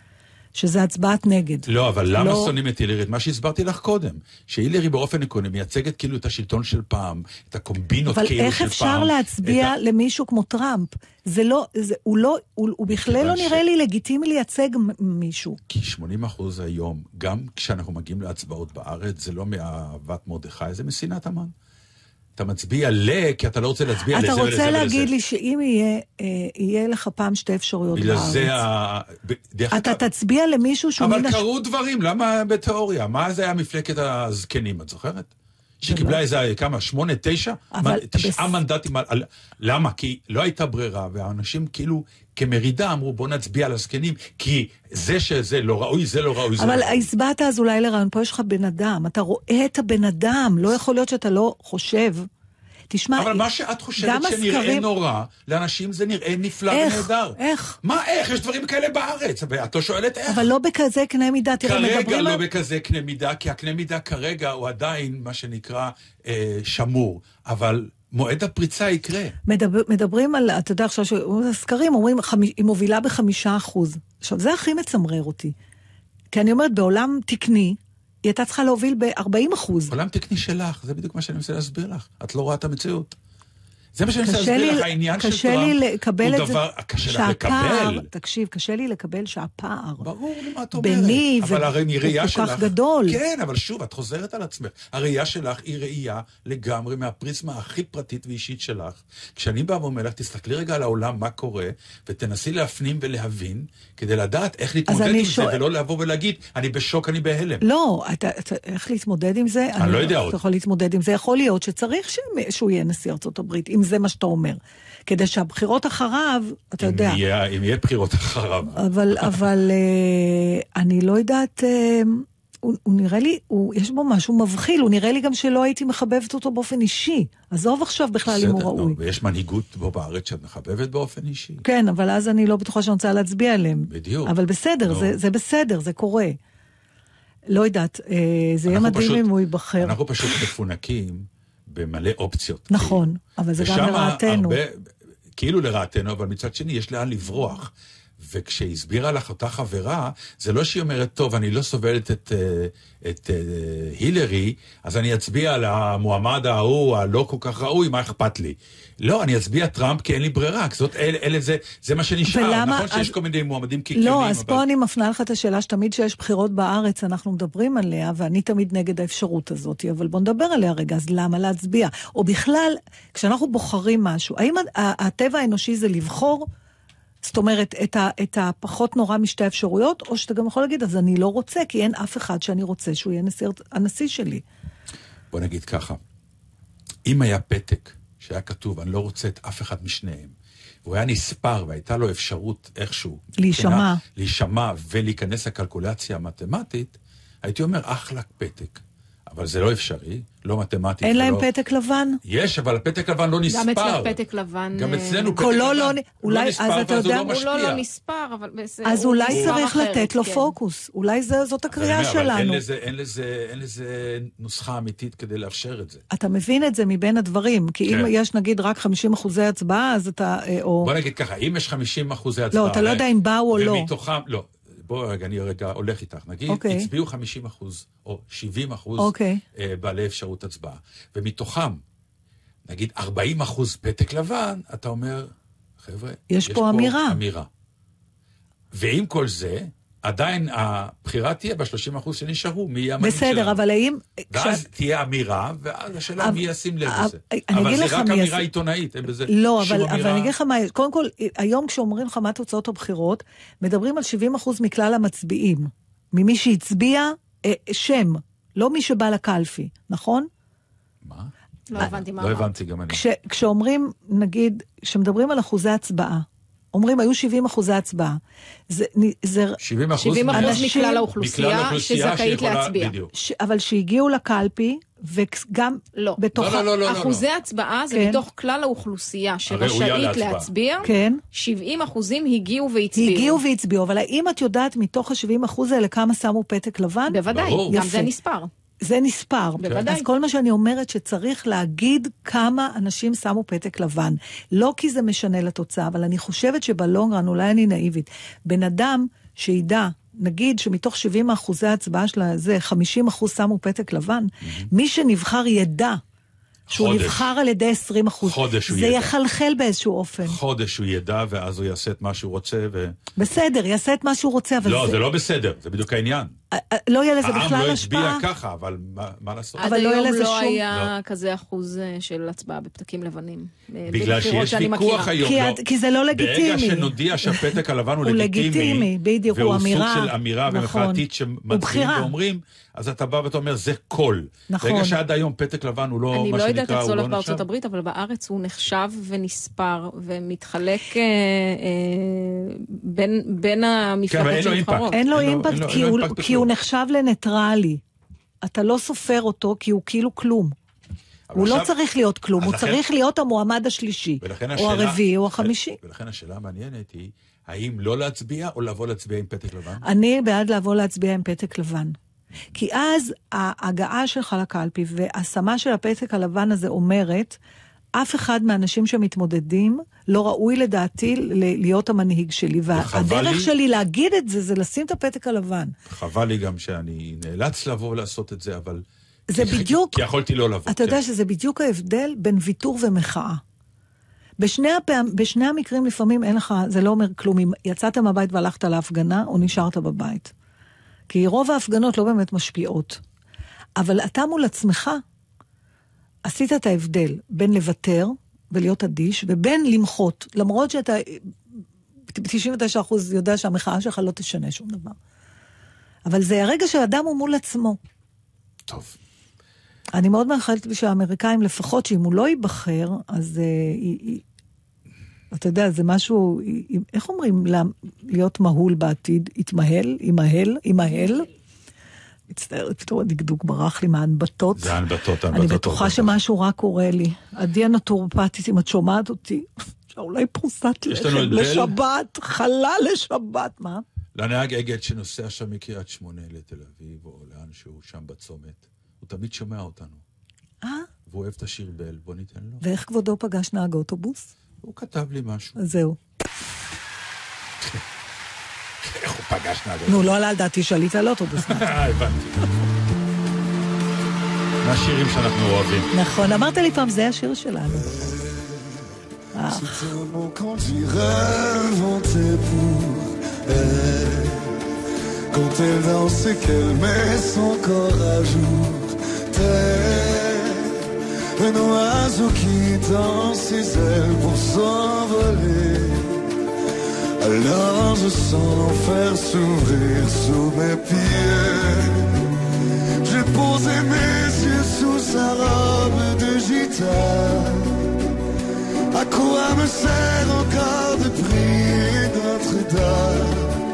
שזה הצבעת נגד. לא, אבל למה לא... שונאים את הילרי? מה שהסברתי לך קודם, שהילרי באופן עקרוני מייצגת כאילו את השלטון של פעם, את הקומבינות כאילו של פעם. אבל איך אפשר להצביע ה... למישהו כמו טראמפ? זה לא, זה, הוא לא, הוא, הוא בכלל לא נראה ש... לי לגיטימי לייצג מישהו. כי שמונים אחוז היום, גם כשאנחנו מגיעים להצבעות בארץ, זה לא מאהבת מרדכי, זה משנאת המן. אתה מצביע ל, כי אתה לא רוצה להצביע לזה ולזה ולזה. אתה רוצה להגיד לי שאם יהיה, יהיה לך פעם שתי אפשרויות בארץ. בגלל זה ה... אתה תצביע למישהו שהוא... אבל קרו דברים, למה בתיאוריה? מה זה היה מפלגת הזקנים, את זוכרת? שקיבלה איזה כמה, שמונה, תשע? תשעה מנדטים. למה? כי לא הייתה ברירה, והאנשים כאילו כמרידה אמרו, בוא נצביע על הזקנים, כי זה שזה לא ראוי, זה לא ראוי, זה לא ראוי. אבל הסברת אז אולי לרעיון, פה יש לך בן אדם, אתה רואה את הבן אדם, לא יכול להיות שאתה לא חושב. תשמע, אבל מה שאת חושבת שנראה הסקרים... נורא, לאנשים זה נראה נפלא ונהדר. איך? מה איך? יש דברים כאלה בארץ, ואת לא שואלת איך. אבל לא בכזה קנה מידה. כרגע לא על... בכזה קנה מידה, כי הקנה מידה כרגע הוא עדיין מה שנקרא אה, שמור, אבל מועד הפריצה יקרה. מדבר, מדברים על, אתה יודע עכשיו, הסקרים אומרים, היא מובילה בחמישה אחוז. עכשיו, זה הכי מצמרר אותי. כי אני אומרת, בעולם תקני, היא הייתה צריכה להוביל ב-ארבעים אחוז. עולם תקני שלך, זה בדיוק מה שאני מנסה להסביר לך. את לא רואה את המציאות. זה מה שאני מנסה להסביר לך, העניין של טראמפ הוא דבר, קשה לך לקבל. תקשיב, קשה לי לקבל שהפער. ברור לי מה את אומרת. ביני וכל כך גדול. כן, אבל שוב, את חוזרת על עצמך. הראייה שלך היא ראייה לגמרי מהפריזמה הכי פרטית ואישית שלך. כשאני בא ואומר לך, תסתכלי רגע על העולם, מה קורה, ותנסי להפנים ולהבין, כדי לדעת איך להתמודד עם זה, ולא לבוא ולהגיד, אני בשוק, אני בהלם. לא, איך להתמודד עם זה? אני לא יודע עוד. אתה יכול להתמודד עם זה. יכול להיות שצריך שהוא יהיה נשיא ארצות הברית, אם זה מה שאתה אומר. כדי שהבחירות אחריו, אתה אם יודע. יהיה, אם יהיה בחירות אחריו. אבל, אבל, אני לא יודעת, הוא, הוא נראה לי, הוא, יש בו משהו מבחיל, הוא נראה לי גם שלא הייתי מחבבת אותו באופן אישי. עזוב עכשיו בכלל אם הוא ראוי. ויש מנהיגות בו בארץ שאת מחבבת באופן אישי. כן, אבל אז אני לא בטוחה שאני רוצה להצביע עליהם. בדיוק. אבל בסדר, זה, זה בסדר, זה קורה. לא יודעת, זה יהיה מדהים אם הוא ייבחר. אנחנו פשוט מפונקים. במלא אופציות. נכון, כאילו. אבל זה גם לרעתנו. הרבה, כאילו לרעתנו, אבל מצד שני יש לאן לברוח. וכשהסבירה לך אותה חברה, זה לא שהיא אומרת, טוב, אני לא סובלת את, את, את הילרי, אז אני אצביע על המועמד ההוא, הלא כל כך ראוי, מה אכפת לי? לא, אני אצביע טראמפ כי אין לי ברירה, זאת, אלה, אלה, זה, זה מה שנשאר. ולמה, נכון שיש אז, כל מיני מועמדים ככלים. לא, אז אבל... פה אני מפנה לך את השאלה שתמיד שיש בחירות בארץ, אנחנו מדברים עליה, ואני תמיד נגד האפשרות הזאת, אבל בוא נדבר עליה רגע, אז למה להצביע? או בכלל, כשאנחנו בוחרים משהו, האם הטבע האנושי זה לבחור, זאת אומרת, את, ה, את הפחות נורא משתי אפשרויות, או שאתה גם יכול להגיד, אז אני לא רוצה, כי אין אף אחד שאני רוצה שהוא יהיה נשיא, הנשיא שלי. בוא נגיד ככה, אם היה פתק שהיה כתוב, אני לא רוצה את אף אחד משניהם, והוא היה נספר והייתה לו אפשרות איכשהו, להישמע, להישמע ולהיכנס לקלקולציה המתמטית, הייתי אומר, אחלה פתק. אבל זה לא אפשרי, לא מתמטית. אין להם ולא... פתק לבן? יש, אבל הפתק לבן לא נספר. גם אצלך פתק לבן. גם אצלנו פתק קולו לבן לא, אולי, לא נספר, ואז הוא לא משפיע. הוא לא, לא נספר, אבל... אז אולי צריך אחרת, לתת לו כן. פוקוס. אולי זה, זאת הקריאה אבל שלנו. אבל אין לזה, אין לזה, אין לזה נוסחה אמיתית כדי לאפשר את זה. אתה מבין את זה מבין הדברים, כי כן. אם יש נגיד רק חמישים אחוזי הצבעה, אז אתה... או... בוא נגיד ככה, אם יש חמישים אחוזי הצבעה... לא, אתה לא יודע אם באו או לא. ומתוכם, לא. בוא רגע, אני רגע הולך איתך. נגיד, okay. הצביעו חמישים אחוז או שבעים אחוז okay. בעלי אפשרות הצבעה. ומתוכם, נגיד ארבעים אחוז פתק לבן, אתה אומר, חבר'ה, יש, יש פה, פה אמירה. אמירה. ועם כל זה, עדיין הבחירה תהיה ב-שלושים אחוז שנשארו, מי יהיה המנהיג שלנו. בסדר, אבל האם... ואז תהיה אמירה, ואז השאלה מי ישים לב לזה. אבל זה רק אמירה עיתונאית, אין בזה שום אמירה. לא, אבל אני אגיד לך מה, קודם כל, היום כשאומרים לך מה תוצאות הבחירות, מדברים על שבעים אחוז מכלל המצביעים, ממי שהצביע שם, לא מי שבא לקלפי, נכון? מה? לא הבנתי מה. לא הבנתי גם אני. כשאומרים, נגיד, כשמדברים על אחוזי הצבעה, אומרים, היו שבעים אחוזי הצבעה. זה, זה... שבעים אחוז מכלל האוכלוסייה שזכאית להצביע. ש... אבל שהגיעו לקלפי, וגם לא. בתוך... לא, לא, לא, אחוזי לא, לא. הצבעה זה כן. מתוך כלל האוכלוסייה שרשאית להצביע. כן. שבעים אחוזים הגיעו והצביעו. הגיעו והצביעו, אבל האם את יודעת מתוך ה-שבעים אחוז האלה כמה שמו פתק לבן? בוודאי, ברור. גם זה נספר. זה נספר. בוודאי. אז כל מה שאני אומרת שצריך להגיד כמה אנשים שמו פתק לבן. לא כי זה משנה לתוצאה, אבל אני חושבת שבלונגרן, אולי אני נאיבית, בן אדם שידע, נגיד שמתוך שבעים אחוזי ההצבעה שלה, זה חמישים אחוז שמו פתק לבן, mm-hmm. מי שנבחר ידע, שהוא חודש. נבחר על ידי עשרים אחוז. חודש הוא זה ידע. יחלחל באיזשהו אופן. חודש הוא ידע, ואז הוא יעשה את מה שהוא רוצה. ו... בסדר, יעשה את מה שהוא רוצה, אבל לא, זה... זה לא בסדר, זה בדיוק העניין. לא יהיה לזה בכלל השפעה. העם לא הצביע ככה, אבל מה, מה לעשות? עד היום לא, לא היה לא. כזה אחוז של הצבעה בפתקים לבנים. בגלל שיש ויכוח היום. כי, לא. כי זה לא לגיטימי. ברגע שנודיע שהפתק הלבן הוא הוא לגיטימי, לגיטימי, בדיוק, הוא אמירה. והוא סוג של אמירה נכון. ומחאתית שמצביעים ואומרים, אז אתה בא ואתה אומר, זה קול. נכון. ברגע שעד היום פתק לבן הוא לא, אני מה לא שנקרא, יודעת איך זה הולך לא בארצות הברית, אבל בארץ הוא נחשב ונספר ומתחלק אה, אה, בין, בין המפלגות כן, שנבחרות. אין לו אימפקט, כי, הוא, כי הוא נחשב לניטרלי. אתה לא סופר אותו כי הוא כאילו כלום. הוא עכשיו, לא צריך להיות כלום, הוא לכן, צריך להיות המועמד השלישי, או הרביעי, או החמישי. ולכן השאלה המעניינת היא, האם לא להצביע או לבוא להצביע עם פתק לבן? אני בעד לבוא להצביע עם פתק לבן. כי אז ההגעה שלך לקלפי והשמה של הפתק הלבן הזה אומרת, אף אחד מהאנשים שמתמודדים לא ראוי לדעתי להיות המנהיג שלי, והדרך לי, שלי להגיד את זה, זה לשים את הפתק הלבן. חבל לי גם שאני נאלץ לבוא לעשות את זה, אבל... זה כי, בדיוק... כי יכולתי לא לבוא. אתה יודע שזה בדיוק ההבדל בין ויתור ומחאה. בשני, הפעם, בשני המקרים לפעמים אין לך, זה לא אומר כלום, אם יצאת מהבית והלכת להפגנה, או נשארת בבית. כי רוב ההפגנות לא באמת משפיעות. אבל אתה מול עצמך, עשית את ההבדל בין לוותר ולהיות אדיש, ובין למחות, למרות שאתה ב-תשעים ותשעה אחוז יודע שהמחאה שלך לא תשנה שום דבר. אבל זה הרגע שהאדם הוא מול עצמו. טוב. אני מאוד מאחלת שהאמריקאים, לפחות שאם הוא לא ייבחר, אז uh, אתה יודע, זה משהו, איך אומרים, להיות מהול בעתיד? יתמהל? ימהל? ימהל? מצטערת, פתאום הדקדוק ברח לי מההנבטות. זה ההנבטות, ההנבטות. אני בטוחה שמשהו רק קורה לי. עדי הנטורפטית, אם את שומעת אותי, שאולי פרוסת לחם לשבת, חלה לשבת, מה? לנהג אגד שנוסע שם מקריית שמונה לתל אביב, או לאן שהוא שם בצומת, הוא תמיד שומע אותנו. אה? והוא אוהב את השיר בל, בוא ניתן לו. ואיך כבודו פגש נהג אוטובוס? הוא כתב לי משהו. אז זהו. איך הוא פגש נהג אוטובוס? נו, לא עלה על דעתי שעלית על אוטובוס. הבנתי. מהשירים שאנחנו אוהבים. נכון, אמרת לי פעם, זה השיר שלנו. Quand elle danse et qu'elle met son corps à jour, tel un oiseau qui tend ses ailes pour s'envoler. Alors je sens l'enfer s'ouvrir sous mes pieds. J'ai posé mes yeux sous sa robe de gitane. À quoi me sert encore de prier Notre-Dame?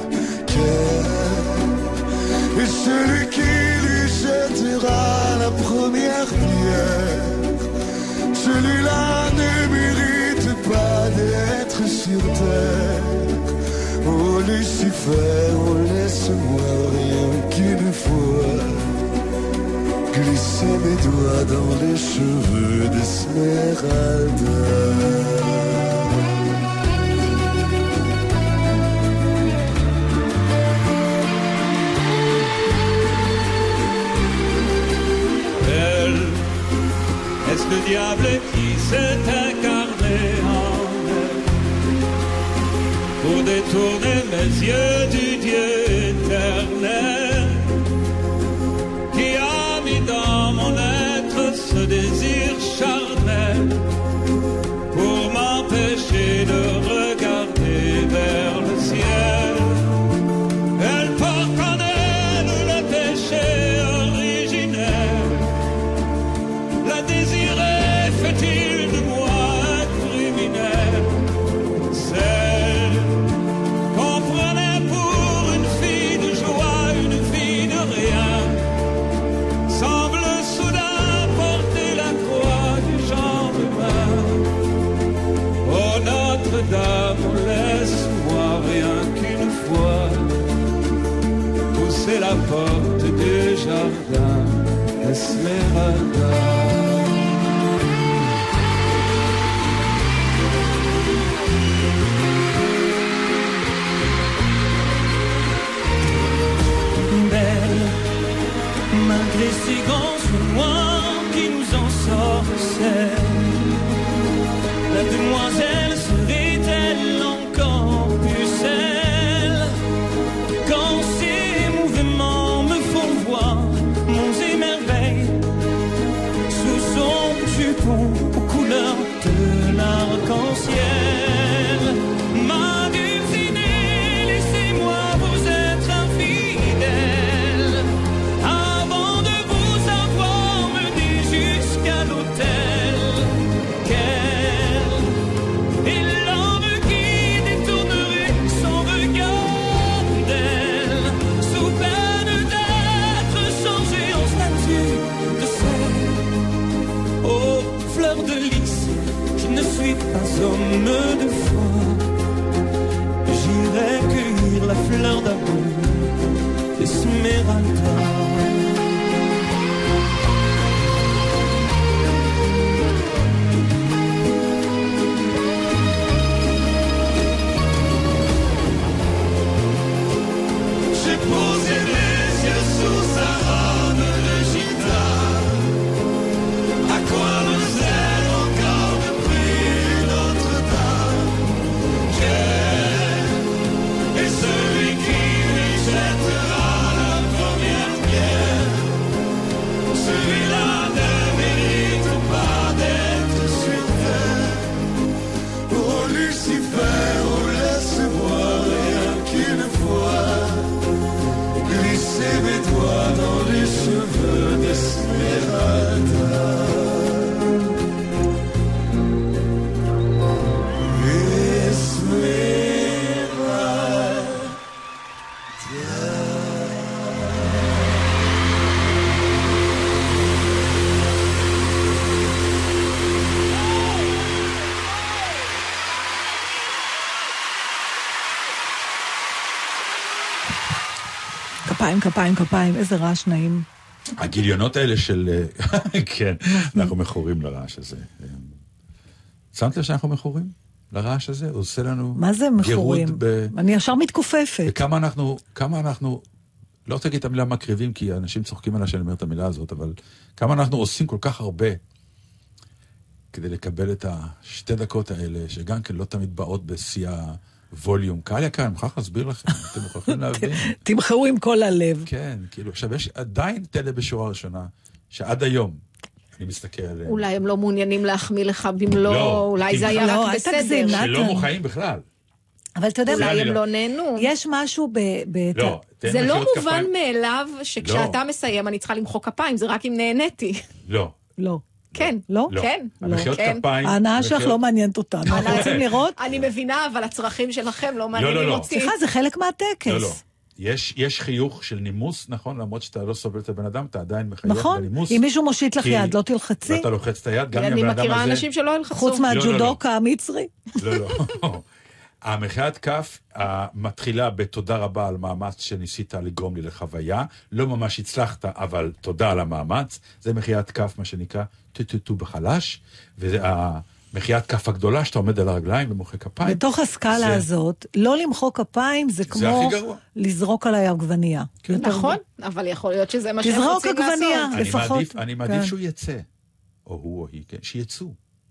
Quel est celui qui lui jettera la première pierre? Celui-là ne mérite pas d'être sur terre. Oh Lucifer, oh laisse-moi rien qu'une fois glisser mes doigts dans les cheveux d'Esmeralda. Elle, est-ce le diable qui s'est incarné en elle pour détourner mes yeux du Dieu éternel qui a mis dans mon être ce désir charnel pour m'empêcher de regarder vers le ciel. Elle porte en elle le péché originel. La désirer fait-il de moi un criminel? Celle qu'on prenait pour une fille de joie, une fille de rien, semble soudain porter la croix du genre humain. Oh Notre-Dame, laisse-moi rien qu'une fois pousser la porte du jardin Esmeralda. Malgré ces grands yeux noirs qui nous ensorcellent, la demoiselle serait-elle encore pucelle quand ses mouvements me font voir monts et merveilles sous son jupon aux couleurs de l'arc-en-ciel? Ma dulcinée, laissez-moi vous être infidèle. Pas homme de foi, j'irai cueillir la fleur d'amour Esmeralda. J'ai posé les yeux sous sa robe de gitane. À quoi me sert encore de prier Notre-Dame? Quel est celui qui lui jettera la première pierre? Celui-là ne mérite pas d'être sur terre. Oh Lucifer, oh laisse-moi rien qu'une fois glisser mes doigts dans les cheveux d'Esmeralda. כפיים, כפיים, כפיים, איזה רעש נעים. הגיליונות האלה של... כן, אנחנו מכורים לרעש הזה. שמת לב שאנחנו מכורים לרעש הזה? הוא עושה לנו... מה זה מכורים? ב... אני ישר מתכופפת. וכמה אנחנו, כמה אנחנו, לא תגיד את המילה מקריבים, כי אנשים צוחקים עליי שאני אומר את המילה הזאת, אבל כמה אנחנו עושים כל כך הרבה כדי לקבל את השתי דקות האלה, שגם כן לא תמיד באות בשיא ווליום. קהל יקר, אני מוכרח להסביר לכם, אתם מוכרחים להבין. תמחרו עם כל הלב. כן, כאילו, עכשיו יש עדיין תלה בשורה ראשונה, שעד היום אני מסתכל עליהם. אולי הם לא מעוניינים להחמיא לך במלוא, אולי זה היה רק בסדר. שלא מוחאים בכלל. אבל אתה יודע, אולי הם לא נהנו. יש משהו ב... לא, זה לא מובן מאליו שכשאתה מסיים אני צריכה למחוא כפיים, זה רק אם נהניתי. לא. לא. כן. לא? כן. המחיאות כפיים... ההנאה שלך לא מעניינת אותנו. אנחנו רוצים לראות? אני מבינה, אבל הצרכים שלכם לא מעניינים אותי. סליחה, זה חלק מהטקס. לא, לא. יש, יש חיוך של נימוס, נכון? למרות שאתה לא סובל את הבן אדם, אתה עדיין מחייך נכון. בנימוס. נכון, אם מישהו מושיט לך יד, לא תלחצי. ואתה לוחץ את היד, גם אם אני הבן אדם הזה... מכירה אנשים שלא ילחצו. חוץ מהג'ודוקה המצרי. לא, לא. המחיית כף מתחילה בתודה רבה על מאמץ שניסית לגרום לי לחוויה. לא ממש הצלחת, אבל תודה על המאמץ. זה מחיית כף, מה שנקרא, טו-טו-טו בחלש, וזה המחיית כף הגדולה שאתה עומד על הרגליים ומוחא כפיים. בתוך הסקאלה הזאת, לא למחוא כפיים זה כמו לזרוק עליי עגבנייה. נכון, אבל יכול להיות שזה מה שהם תזרוק רוצים עגבנייה, לעשות. לפחות. אני מעדיף שהוא יצא, או הוא או היא, שיצאו.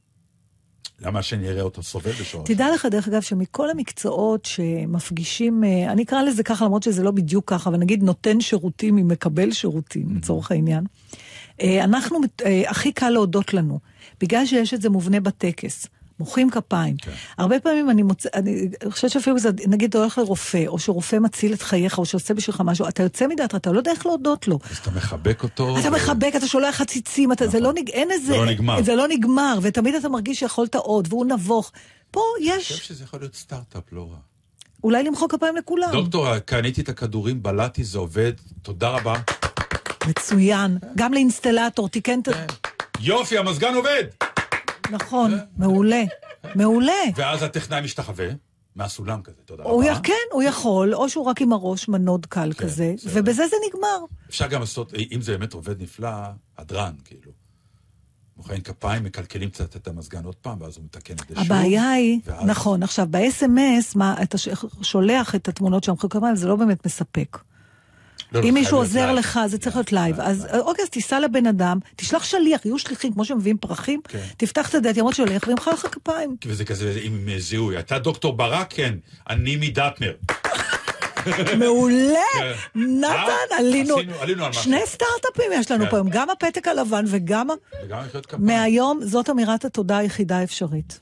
למה שאני אראה אותו סובל בשורש? תדע לך דרך אגב שמכל המקצועות שמפגישים, אני אקרא לזה ככה למרות שזה לא בדיוק ככה, אבל נגיד נותן שירותים עם מקבל שירותים, לצורך העניין, אנחנו, הכי קל להודות לנו, בגלל שיש את זה מובנה בטקס, מוחאים כפיים. Okay. הרבה פעמים אני מוצא, אני חושבת שאפילו זה, נגיד אתה הולך לרופא, או שרופא מציל את חייך, או שעושה בשבילך משהו, אתה יוצא מדעת, אתה לא יודע איך להודות לו. אז אתה מחבק אותו. אתה ו... מחבק, אתה שולח חציצים, אתה, זה לא, נג... אין איזה, זה לא נגמר. זה לא נגמר, ותמיד אתה מרגיש שיכולת עוד, והוא נבוך. פה יש... אני חושב שזה יכול להיות סטארט-אפ, לא רע. אולי למחוא כפיים לכולם. דוקטור, קניתי את הכדורים, בלעתי, זה עובד, תודה רבה. מצוין. גם לאינסטלטור, תיקן את... יופי, המזגן עובד! נכון, מעולה. מעולה. ואז הטכנאי משתחווה, מהסולם כזה, תודה הוא רבה. כן, הוא יכול, או שהוא רק עם הראש מנוד קל כן, כזה, בסדר. ובזה זה נגמר. אפשר גם לעשות, אם זה באמת עובד נפלא, הדרן, כאילו. מוחאים כפיים, מקלקלים קצת את המזגן עוד פעם, ואז הוא מתקן את זה שוב. הבעיה היא, ואז... נכון, עכשיו, ב-אס אם אס, מה, אתה שולח את התמונות של המחוא כפיים, זה לא באמת מספק. לא, לא, אם מישהו עוזר לייב. לך, זה צריך להיות לייב. אז אוקיי, אז תיסע לבן אדם, תשלח שליח, יהיו שליחים, כמו שמביאים פרחים, כן. תפתח את הדעת, ימות שליח, וימחא לך כפיים. וזה כזה עם זיהוי. אתה דוקטור ברק, כן, אני מדטנר. מעולה! נתן, עלינו, עלינו על משהו. שני סטארט-אפים יש לנו פה היום, גם הפתק הלבן וגם... וגם מחיאות כפיים. מהיום זאת אמירת התודה היחידה האפשרית.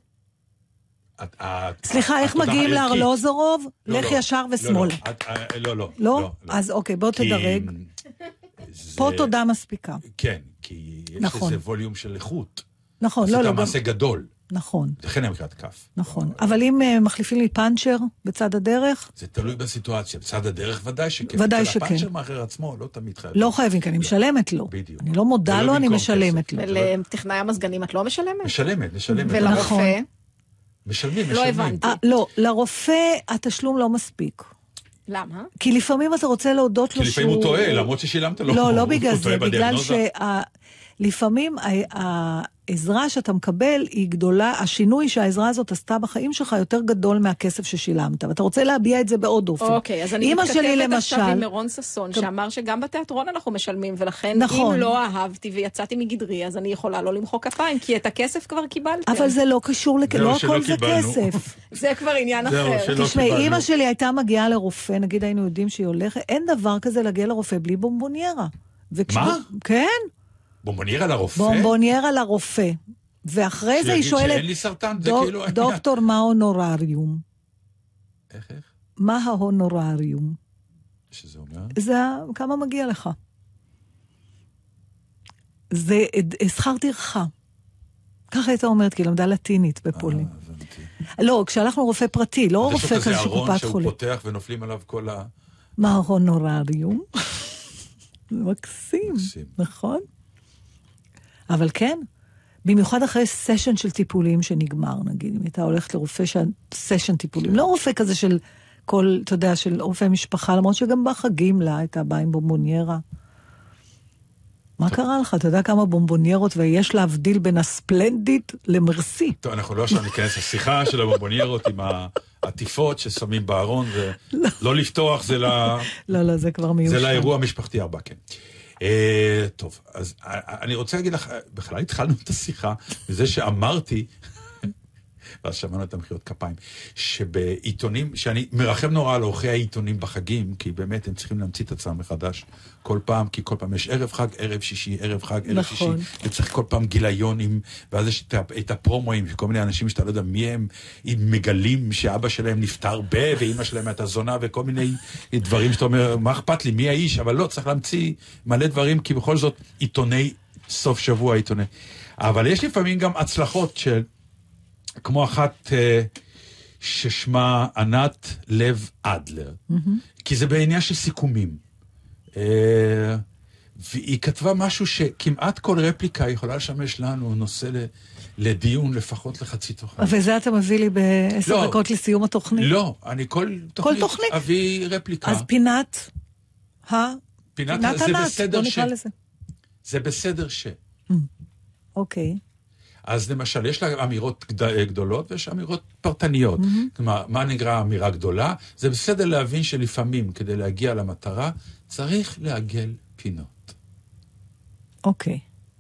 סליחה, איך מגיעים לארלוזורוב? לך ישר ושמאל. לא, לא. לא? אז אוקיי, בוא תדרג. פה תודה מספיקה. כן, כי יש לזה ווליום של איכות. נכון, לא, לא. עשית מעשה גדול. נכון. לכן הם מחיאת כף. נכון. אבל אם מחליפים לי פאנצ'ר בצד הדרך... זה תלוי בסיטואציה. בצד הדרך ודאי שכן. ודאי שכן. הפאנצ'ר מאחר עצמו לא תמיד חייב. לא חייבים, כי אני משלמת לו. בדיוק. אני לא מודה לו, אני משלמת לו. ולטכנאי המזגנים את לא משלמת? משלמת, משלמת. ולרופא? משלמים, לא הבנתי. לא, לרופא התשלום לא מספיק. למה? כי לפעמים אתה רוצה להודות לו שהוא... כי לפעמים הוא טועה, למרות ששילמת לו. לא, לא בגלל זה, בגלל שלפעמים העזרה שאתה מקבל היא גדולה, השינוי שהעזרה הזאת עשתה בחיים שלך יותר גדול מהכסף ששילמת, ואתה רוצה להביע את זה בעוד אופן. אוקיי, אז אני מתכתבת עכשיו עם מרון ססון, שאמר שגם בתיאטרון אנחנו משלמים, ולכן אם לא אהבתי ויצאתי מגדרי, אז אני יכולה לא למחוא כפיים, כי את הכסף כבר קיבלתם. אבל זה לא קשור, לא הכל זה כסף. זה כבר עניין אחר. תשמעי, אמא שלי הייתה מגיעה לרופא, נגיד היינו יודעים שהיא הולכת, אין דבר כזה להגיע לרופא בלי בומבוניירה. מה? כן. בומבוניירה לרופא? בומבוניירה לרופא. ואחרי זה היא שואלת... שאין לי סרטן, זה כאילו... דוקטור, מה ההונורריום? איך, איך? מה ההונורריום? שזה אומר? זה כמה מגיע לך. זה שכר טרחה. ככה הייתה אומרת, כי למדה לטינית בפולין. לא, כשהלכנו רופא פרטי, לא רופא כזה שקופת חולים. יש לו כזה ארון שהוא פותח ונופלים עליו כל ה... מה ההונורריום? מקסים, נכון? אבל כן, במיוחד אחרי סשן של טיפולים שנגמר, נגיד, אם הייתה הולכת לרופא סשן טיפולים, לא רופא כזה של כל, אתה יודע, של רופא משפחה, למרות שגם בחגים לה הייתה באה עם בומבוניירה. מה קרה לך? אתה יודע כמה בומבוניירות ויש להבדיל בין הספלנדית למרסי. טוב, אנחנו לא עכשיו ניכנס לשיחה של הבומבוניירות עם העטיפות ששמים בארון, ולא לפתוח, זה ל... לא, לא, זה כבר מיושן. זה לאירוע המשפחתי הבא, כן. טוב, אז אני רוצה להגיד לך, בכלל התחלנו את השיחה, בזה שאמרתי ואז שמענו את המחיאות כפיים, שבעיתונים, שאני מרחם נורא על עורכי העיתונים בחגים, כי באמת הם צריכים להמציא את עצמם מחדש כל פעם, כי כל פעם יש ערב חג, ערב שישי, ערב חג, ערב נכון. שישי, וצריך כל פעם גיליונים, ואז יש את, את הפרומואים, כל מיני אנשים שאתה לא יודע מי הם, מגלים שאבא שלהם נפטר ב, ואמא שלהם הייתה זונה, וכל מיני דברים שאתה אומר, מה אכפת לי, מי האיש? אבל לא, צריך להמציא מלא דברים, כי בכל זאת עיתוני סוף שבוע עיתוני. אבל יש לפעמים גם הצלחות של, כמו אחת ששמה ענת לב אדלר, כי זה בעניין של סיכומים. והיא כתבה משהו שכמעט כל רפליקה יכולה לשמש לנו נושא לדיון לפחות לחצי תוכנית. וזה אתה מביא לי בעשר דקות לסיום התוכנית? לא, אני כל תוכנית אביא רפליקה. אז פינת ה... פינת ענת, בוא נקרא לזה. זה בסדר ש... אוקיי. אז למשל, יש לה אמירות גדולות ויש אמירות פרטניות. כלומר, מה נקרא אמירה גדולה? זה בסדר להבין שלפעמים, כדי להגיע למטרה, צריך לעגל פינות. אוקיי.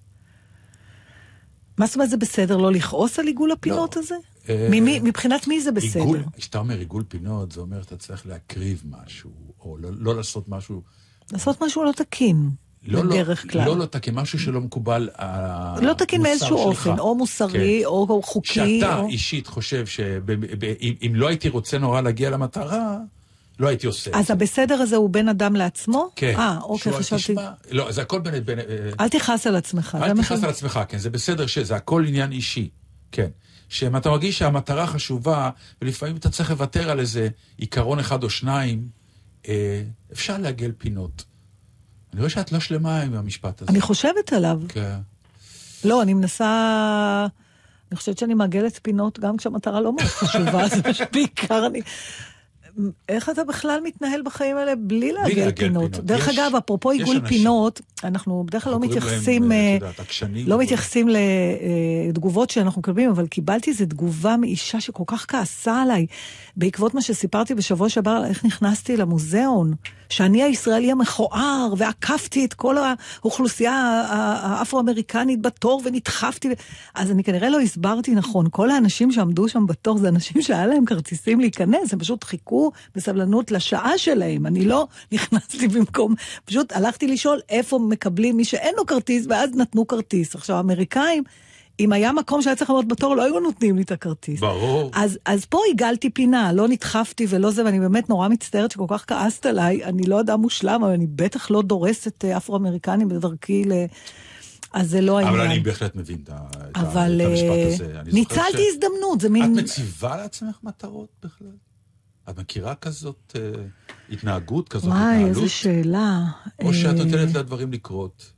מה זאת אומרת זה בסדר? לא לכעוס על עיגול הפינות הזה? מבחינת מי זה בסדר? כשאתה אומר עיגול פינות, זה אומר שאתה צריך להקריב משהו, או לא לעשות משהו... לעשות משהו לא תקין. בדרך כלל. לא, לא תקין, משהו שלא מקובל לא תקין מאיזשהו אופן, או מוסרי, או חוקי. שאתה אישית חושב שאם לא הייתי רוצה נורא להגיע למטרה, לא הייתי עושה. אז הבסדר הזה הוא בין אדם לעצמו? כן. אה, אוקיי, חשבתי. לא, זה הכל בין... אל תכעס על עצמך. אל תכעס על עצמך, כן, זה בסדר שזה הכל עניין אישי, כן. שאם אתה מרגיש שהמטרה חשובה, ולפעמים אתה צריך לוותר על איזה עיקרון אחד או שניים, אפשר לעגל פינות. אני רואה שאת לא שלמה עם המשפט הזה. אני חושבת עליו. כן. לא, אני מנסה... אני חושבת שאני מעגלת פינות גם כשהמטרה לא מאוד חשובה, זה בעיקר אני... איך אתה בכלל מתנהל בחיים האלה בלי לעגל פינות? דרך אגב, אפרופו עיגול פינות, אנחנו בדרך כלל לא מתייחסים לא מתייחסים לתגובות שאנחנו מקבלים, אבל קיבלתי איזו תגובה מאישה שכל כך כעסה עליי, בעקבות מה שסיפרתי בשבוע שעבר על איך נכנסתי למוזיאון, שאני הישראלי המכוער, ועקפתי את כל האוכלוסייה האפרו-אמריקנית בתור, ונדחפתי, אז אני כנראה לא הסברתי נכון, כל האנשים שעמדו שם בתור, זה אנשים שהיה להם כרטיסים להיכנס, הם פשוט חיכו בסבלנות לשעה שלהם, אני לא נכנסתי במקום, פשוט הלכתי לשאול איפה מקבלים מי שאין לו כרטיס, ואז נתנו כרטיס. עכשיו, האמריקאים, אם היה מקום שהיה צריך לעמוד בתור, לא היו נותנים לי את הכרטיס. ברור. אז, אז פה הגלתי פינה, לא נדחפתי ולא זה, ואני באמת נורא מצטערת שכל כך כעסת עליי, אני לא אדם מושלם, אבל אני בטח לא דורסת אפרו-אמריקנים בדרכי ל... אז זה לא העניין. אבל אני בהחלט מבין את, אבל, את המשפט הזה. ניצלתי ש... הזדמנות, זה מין... את מציבה לעצמך מטרות בכלל? את מכירה כזאת אה, התנהגות, כזאת וואי, התנהלות? וואי, איזו שאלה. או אה... שאת נותנת לדברים לקרות?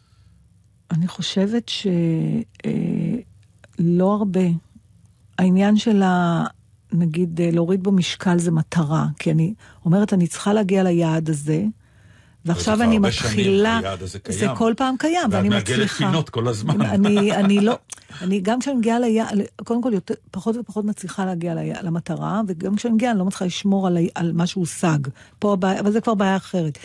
אני חושבת שלא אה, הרבה. העניין של ה... נגיד, להוריד בו משקל זה מטרה, כי אני אומרת, אני צריכה להגיע ליעד הזה, ועכשיו אני מתחילה, זה כל פעם קיים, ואני מצליחה. ואת מעגלת פינות כל הזמן. אני, אני לא, אני גם כשאני מגיעה ליעד, קודם כל יותר, פחות ופחות מצליחה להגיע למטרה, וגם כשאני מגיעה אני לא מצליחה לשמור על, על מה שהושג. פה הבעיה, אבל זה כבר בעיה אחרת.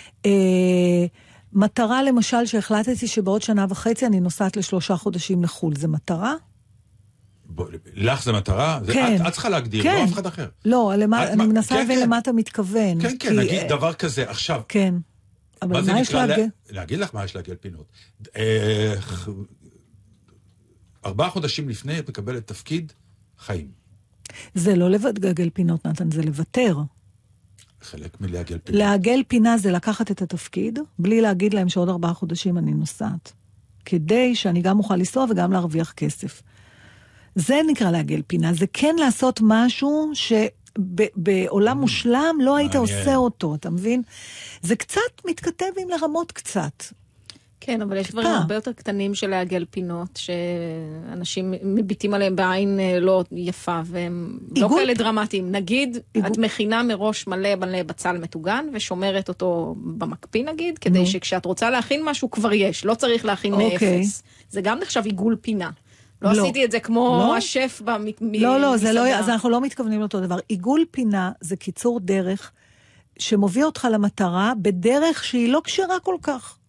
מטרה למשל שהחלטתי שבעוד שנה וחצי אני נוסעת לשלושה חודשים לחול, זה מטרה? לך זה מטרה? כן. את צריכה להגדיר, כן. לא אף אחד אחר. לא, אני מנסה כן, להבין כן. למה אתה מתכוון. כן, כן, כי... נגיד דבר כזה, עכשיו. כן. אבל מה, מה יש להגל? לה... להגיד לך מה יש להגל פינות. ארבעה חודשים לפני את מקבלת תפקיד חיים. זה לא לגל פינות, נתן, זה לוותר. חלק מלהגל פינות. להגל פינה זה לקחת את התפקיד, בלי להגיד להם שעוד ארבעה חודשים אני נוסעת. כדי שאני גם אוכל לנסוע וגם להרוויח כסף. זה נקרא להגל פינה, זה כן לעשות משהו שבעולם מושלם לא היית עושה אותו, אתה מבין? זה קצת מתכתב עם לרמות קצת. כן, אבל יש דברים הרבה יותר קטנים של להגל פינות, שאנשים מביטים עליהם בעין לא יפה, והם לא כאלה דרמטיים. נגיד, את מכינה מראש מלא מלא בצל מטוגן, ושומרת אותו במקפיא נגיד, כדי שכשאת רוצה להכין משהו כבר יש, לא צריך להכין מאפס. זה גם נחשב עיגול פינה. לא עשיתי את זה כמו השף במסעדה. לא, לא, אז אנחנו לא מתכוונים לאותו דבר. עיגול פינה זה קיצור דרך, שמוביל אותך למטרה, בדרך שהיא לא קשרה כל כך.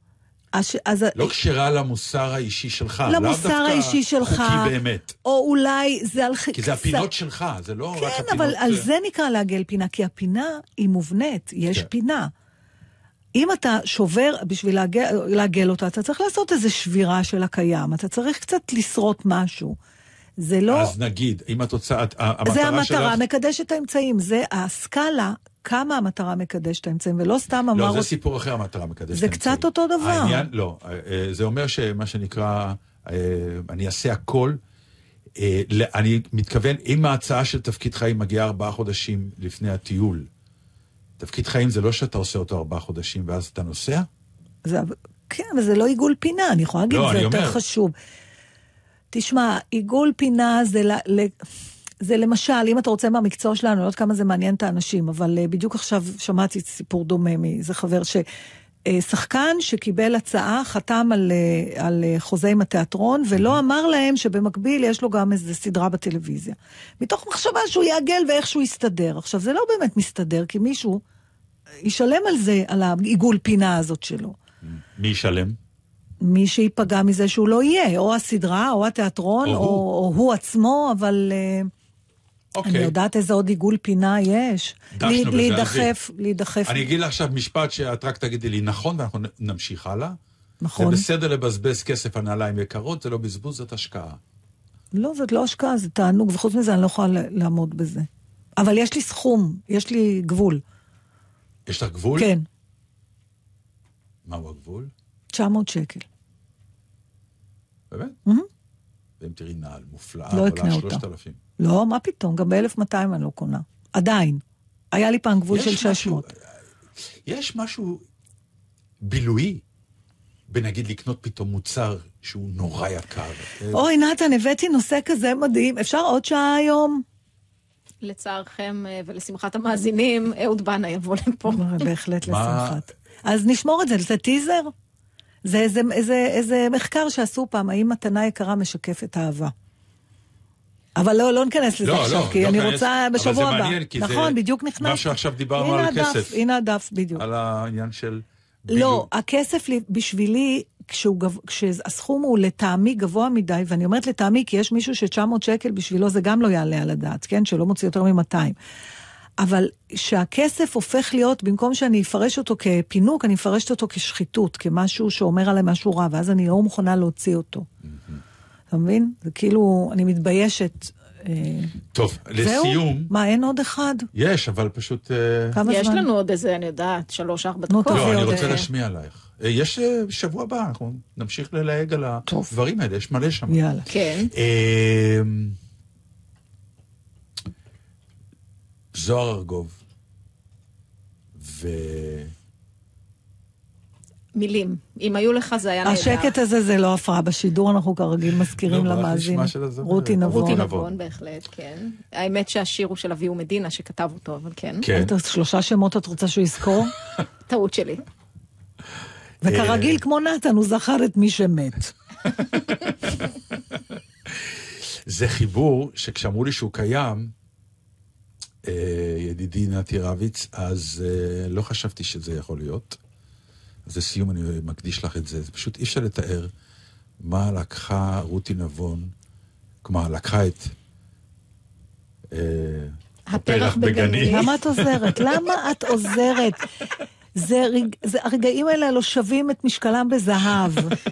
לא קשרה למוסר האישי שלך. למוסר האישי שלך. חוקי באמת. או אולי זה על... כי זה הפינות שלך, זה לא רק הפינות... כן, אבל על זה נקרא לעגל פינה, כי הפינה היא מובנית, יש פינה. אם אתה שובר בשביל לעגל, לעגל אותה, אתה צריך לעשות איזו שבירה של הקיים, אתה צריך קצת לשרוט משהו. זה לא... אז נגיד, אם את רוצה, המטרה זה המטרה, שלך... מקדש את האמצעים, זה הסקאלה, כמה המטרה מקדש את האמצעים, ולא סתם אמר... לא, זה סיפור אחר, המטרה מקדש את האמצעים. זה קצת אותו דבר. העניין, לא, זה אומר שמה שנקרא, אני אעשה הכל, אני מתכוון, אם ההצעה של תפקיד חיים מגיעה ארבעה חודשים לפני הטיול, תפקיד חיים זה לא שאתה עושה אותו ארבעה חודשים ואז אתה נוסע? זה, כן, אבל זה לא עיגול פינה, אני יכולה להגיד, לא, זה יותר אומר. חשוב. תשמע, עיגול פינה זה, ל, ל, זה למשל, אם אתה רוצה מהמקצוע שלנו, אני לא יודעת כמה זה מעניין את האנשים, אבל uh, בדיוק עכשיו שמעתי סיפור דומה מאיזה חבר, ששחקן uh, שקיבל הצעה, חתם על, uh, על uh, חוזה עם התיאטרון, ולא אמר להם שבמקביל יש לו גם איזו סדרה בטלוויזיה. מתוך מחשבה שהוא יעגל ואיך שהוא יסתדר. עכשיו, זה לא באמת מסתדר, כי מישהו ישלם על זה, על העיגול פינה הזאת שלו. מי ישלם? מי שיפגע מזה שהוא לא יהיה, או הסדרה, או התיאטרון, או, או, או הוא עצמו, אבל uh, אני יודעת איזה עוד עיגול פינה יש. להידחף, להידחף. אני אגיד לך עכשיו משפט שאת רק תגידי לי, נכון, ואנחנו נמשיך הלאה. נכון. זה בסדר לבזבז כסף על נעליים יקרות, זה לא בזבוז, זאת השקעה. לא, זאת לא השקעה, זה תענוג, וחוץ מזה אני לא יכולה לעמוד בזה. אבל יש לי סכום, יש לי גבול. יש לך גבול? כן. מהו הגבול? תשע מאות שקל. באמת? Mm-hmm. ואם תראי נעל מופלאה, לא אקנה אותה. שלושת אלפים. לא, מה פתאום? גם ב-אלף ומאתיים אני לא קונה. עדיין. היה לי פעם גבול של שש מאות. יש משהו בילוי, בנגיד לקנות פתאום מוצר שהוא נורא יקר. אוי, נתן, הבאתי נושא כזה מדהים. אפשר עוד שעה היום? לצערכם ולשמחת המאזינים, אהוד בנה יבוא לפה. בהחלט לשמחת. אז נשמור את זה, זה טיזר? זה איזה, איזה, איזה מחקר שעשו פעם, האם מתנה יקרה משקפת אהבה. אבל לא, לא נכנס לזה לא, עכשיו, לא, כי לא אני כנס, רוצה בשבוע הבא. מעניין, נכון, בדיוק נכנס. מה שעכשיו דיברנו על הדף, כסף. הנה הדף, בדיוק. על העניין של... בילוי. לא, הכסף בשבילי, כשהוא, כשהסכום הוא לטעמי גבוה מדי, ואני אומרת לטעמי, כי יש מישהו ש-תשע מאות שקל בשבילו, זה גם לא יעלה על הדעת, כן? שלא מוציא יותר מ-מאתיים. אבל שהכסף הופך להיות, במקום שאני אפרש אותו כפינוק, אני אפרשת אותו כשחיתות, כמשהו שאומר עליי משהו רע, ואז אני לא מוכנה להוציא אותו. אתה מבין? זה כאילו, אני מתביישת. טוב, לסיום... מה, אין עוד אחד? יש, אבל פשוט... יש לנו עוד איזה, אני יודעת, שלוש, ארבע דקות. לא, אני רוצה להשמיע עלייך. יש שבוע הבא, אנחנו נמשיך ללהג על הדברים האלה, יש מלא שם. יאללה. כן. זוהר ארגוב ו... מילים. אם היו לך זה היה נהדר. השקט הזה זה לא הפרעה בשידור, אנחנו כרגיל מזכירים למאזין. רותי נבון. רותי נבון, בהחלט, כן. האמת שהשיר הוא של אביהו מדינה שכתב אותו, אבל כן. כן. שלושה שמות את רוצה שהוא יזכור? טעות שלי. וכרגיל כמו נתן, הוא זכר את מי שמת. זה חיבור שכשאמרו לי שהוא קיים, ידידי נתי רביץ, אז לא חשבתי שזה יכול להיות. אז לסיום אני מקדיש לך את זה. זה פשוט אי אפשר לתאר מה לקחה רותי נבון, כלומר, לקחה את הפרח בגני. למה את עוזרת? למה את עוזרת? זה הרגעים האלה לא שווים את משקלם בזהב.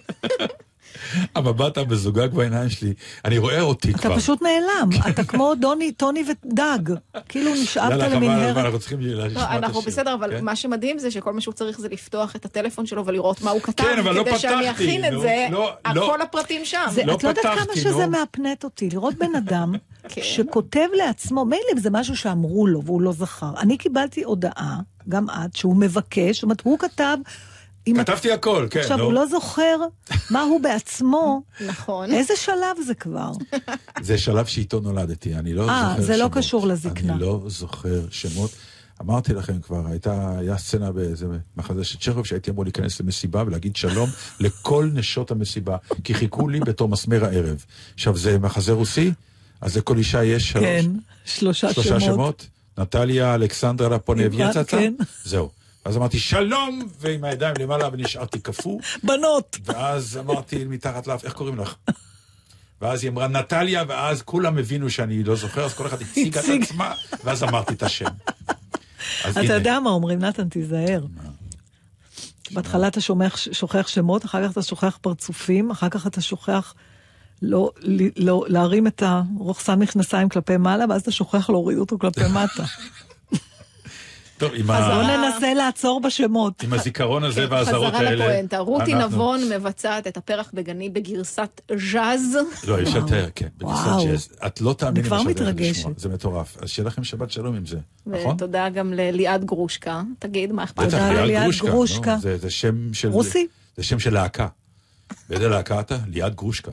המבט המזוגג בעיניים שלי, אני רואה אותי כבר. אתה פשוט נעלם, אתה כמו דוני, טוני ודג, כאילו נשאבת למנהרת. אנחנו צריכים לשמוע את השיר. אנחנו בסדר, אבל מה שמדהים זה שכל מה שהוא צריך זה לפתוח את הטלפון שלו ולראות מה הוא כתב, כדי שאני אכין את זה, כל הפרטים שם. את לא יודעת כמה שזה מאפנט אותי, לראות בן אדם שכותב לעצמו, מילא אם זה משהו שאמרו לו והוא לא זכר. אני קיבלתי הודעה, גם את, שהוא מבקש, זאת אומרת, הוא כתב, כתבתי הכל, כן. עכשיו, הוא לא זוכר מה הוא בעצמו. נכון. איזה שלב זה כבר? זה שלב שאיתו נולדתי, אני לא זוכר שמות. אה, זה לא קשור לזקנה. אני לא זוכר שמות. אמרתי לכם כבר, הייתה, היה סצנה באיזה מחזה של צ'כוב, שהייתי אמור להיכנס למסיבה ולהגיד שלום לכל נשות המסיבה, כי חיכו לי בתור מסמר הערב. עכשיו, זה מחזה רוסי, אז לכל אישה יש שלוש. כן, שלושה שמות. שלושה שמות. נטליה, אלכסנדרה, לפונב, יצאת? כן. זהו. אז אמרתי שלום, ועם הידיים למעלה ונשארתי כפו. בנות. ואז אמרתי מתחת לאף, איך קוראים לך? ואז היא אמרה נטליה, ואז כולם הבינו שאני לא זוכר, אז כל אחד הציג את עצמה, ואז אמרתי את השם. אתה יודע מה אומרים, נתן, תיזהר. בהתחלה אתה שוכח שמות, אחר כך אתה שוכח פרצופים, אחר כך אתה שוכח לא, לא, להרים את הרוחסן מכנסיים כלפי מעלה, ואז אתה שוכח להוריד אותו כלפי מטה. טוב, עם אז בוא ננסה לעצור בשמות. עם הזיכרון הזה והזרות האלה. חזרה לפואנטה. רותי נבון מבצעת את הפרח בגני בגרסת ז'אז. לא, יש יותר, כן, בגרסת ז'אז. את לא תאמיני מה שאת הולכת לשמוע. זה מטורף. אז שיהיה לכם שבת שלום עם זה, נכון? ותודה גם לליעד גרושקה. תגיד, מה אכפת? תודה לליעד גרושקה. זה שם של... רוסי? זה שם של להקה. באיזה להקה אתה? ליעד גרושקה.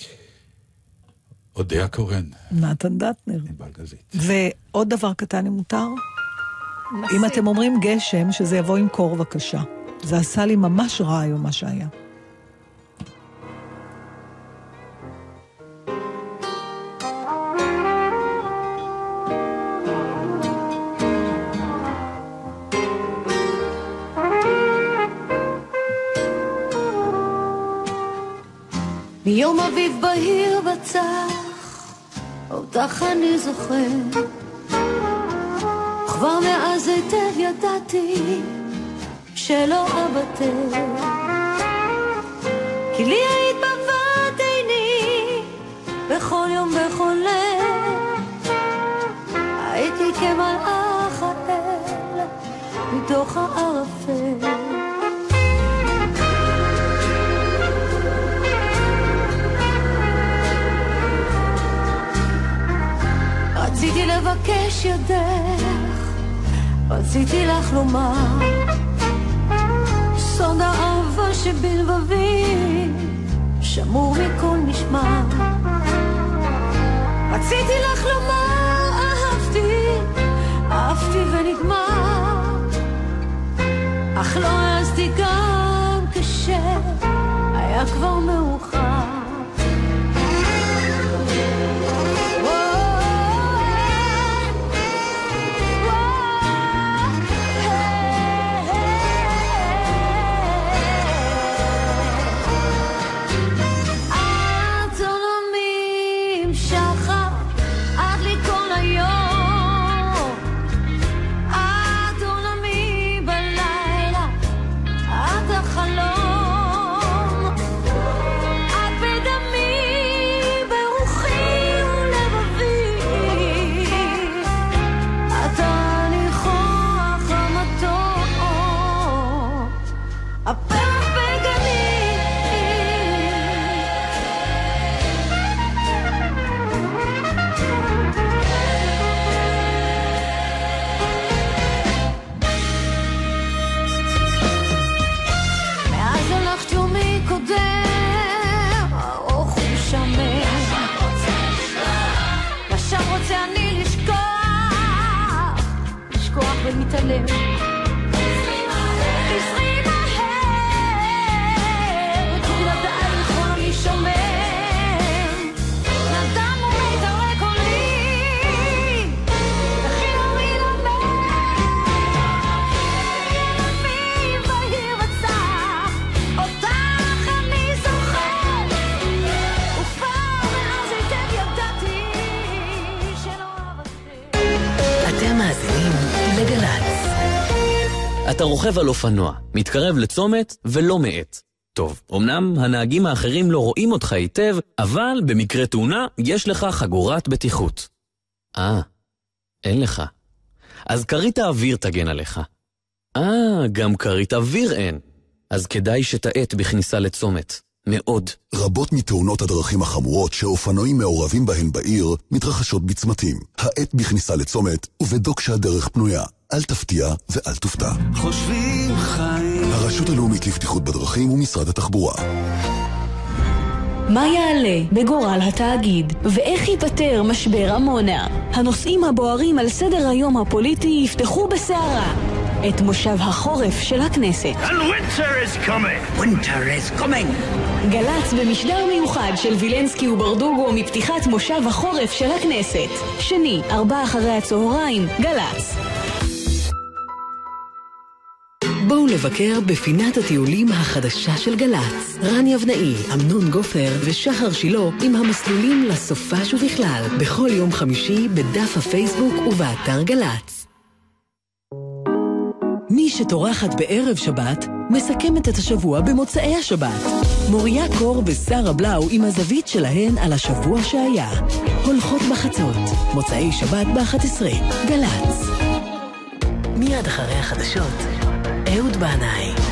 אודיה קורן. נתן דטנר. בלגזית. ועוד דבר קטן אם מותר? אם אתם אומרים גשם, שזה יבוא עם קור בבקשה. זה עשה לי ממש רע היום מה שהיה. מיום אביב בהיר בצח, אותך אני זוכר, כבר מאז היטב ידעתי שלא אבטר, כי לי היית בבת עיני בכל יום בכל ליל, הייתי כמלאך האל מתוך הערפל. רציתי לבקש ידך, רציתי לך לומר, סוד האהבה שבלבבי שמור מכל נשמע. רציתי לך לומר אהבתי, אהבתי ונגמר, אך לא העזתי גם כשהיה כבר מאוחר. מתעלם תזרי מהר תולדה לכל אני שומם נדם ומיתרק עולי וכי הוריד אומר ילמים בהיר רצח אותך אני זוכר ופעם מאז היטב ידעתי שלא אהבתי. אתם מאזינים לגל"צ. אתה רוכב על אופנוע, מתקרב לצומת ולא מעט. טוב, אמנם הנהגים האחרים לא רואים אותך היטב, אבל במקרה תאונה יש לך חגורת בטיחות. אה, אין לך. אז כרית האוויר תגן עליך. אה, גם כרית אוויר אין. אז כדאי שתעט בכניסה לצומת. מאוד. רבות מתאונות הדרכים החמורות שאופנועים מעורבים בהן בעיר מתרחשות בצמתים. העט בכניסה לצומת ובדוק שהדרך פנויה. אל תפתיע ואל תופתע. חושבים חיים. הרשות הלאומית לבטיחות בדרכים ומשרד התחבורה. מה יעלה בגורל התאגיד ואיך ייפתר משבר עמונה? הנושאים הבוערים על סדר היום הפוליטי יפתחו בסערה את מושב החורף של הכנסת. And winter is coming. Winter is coming. גל"צ במשדר מיוחד של וילנסקי וברדוגו מפתיחת מושב החורף של הכנסת. שני, ארבע אחרי הצהריים, גל"צ. בואו לבקר בפינת הטיולים החדשה של גלץ. רן יבנאי, אמנון גופר ושחר שילה עם המסלולים לסופש ובכלל. בכל יום חמישי בדף הפייסבוק ובאתר גלץ. מי שטורחת בערב שבת, מסכמת את השבוע במוצאי השבת. מוריה קור ושרה בלאו עם הזווית שלהן על השבוע שהיה. הולכות בחצות, מוצאי שבת ב-אחת עשרה, גלץ. מיד אחרי החדשות, אהוד בנאי.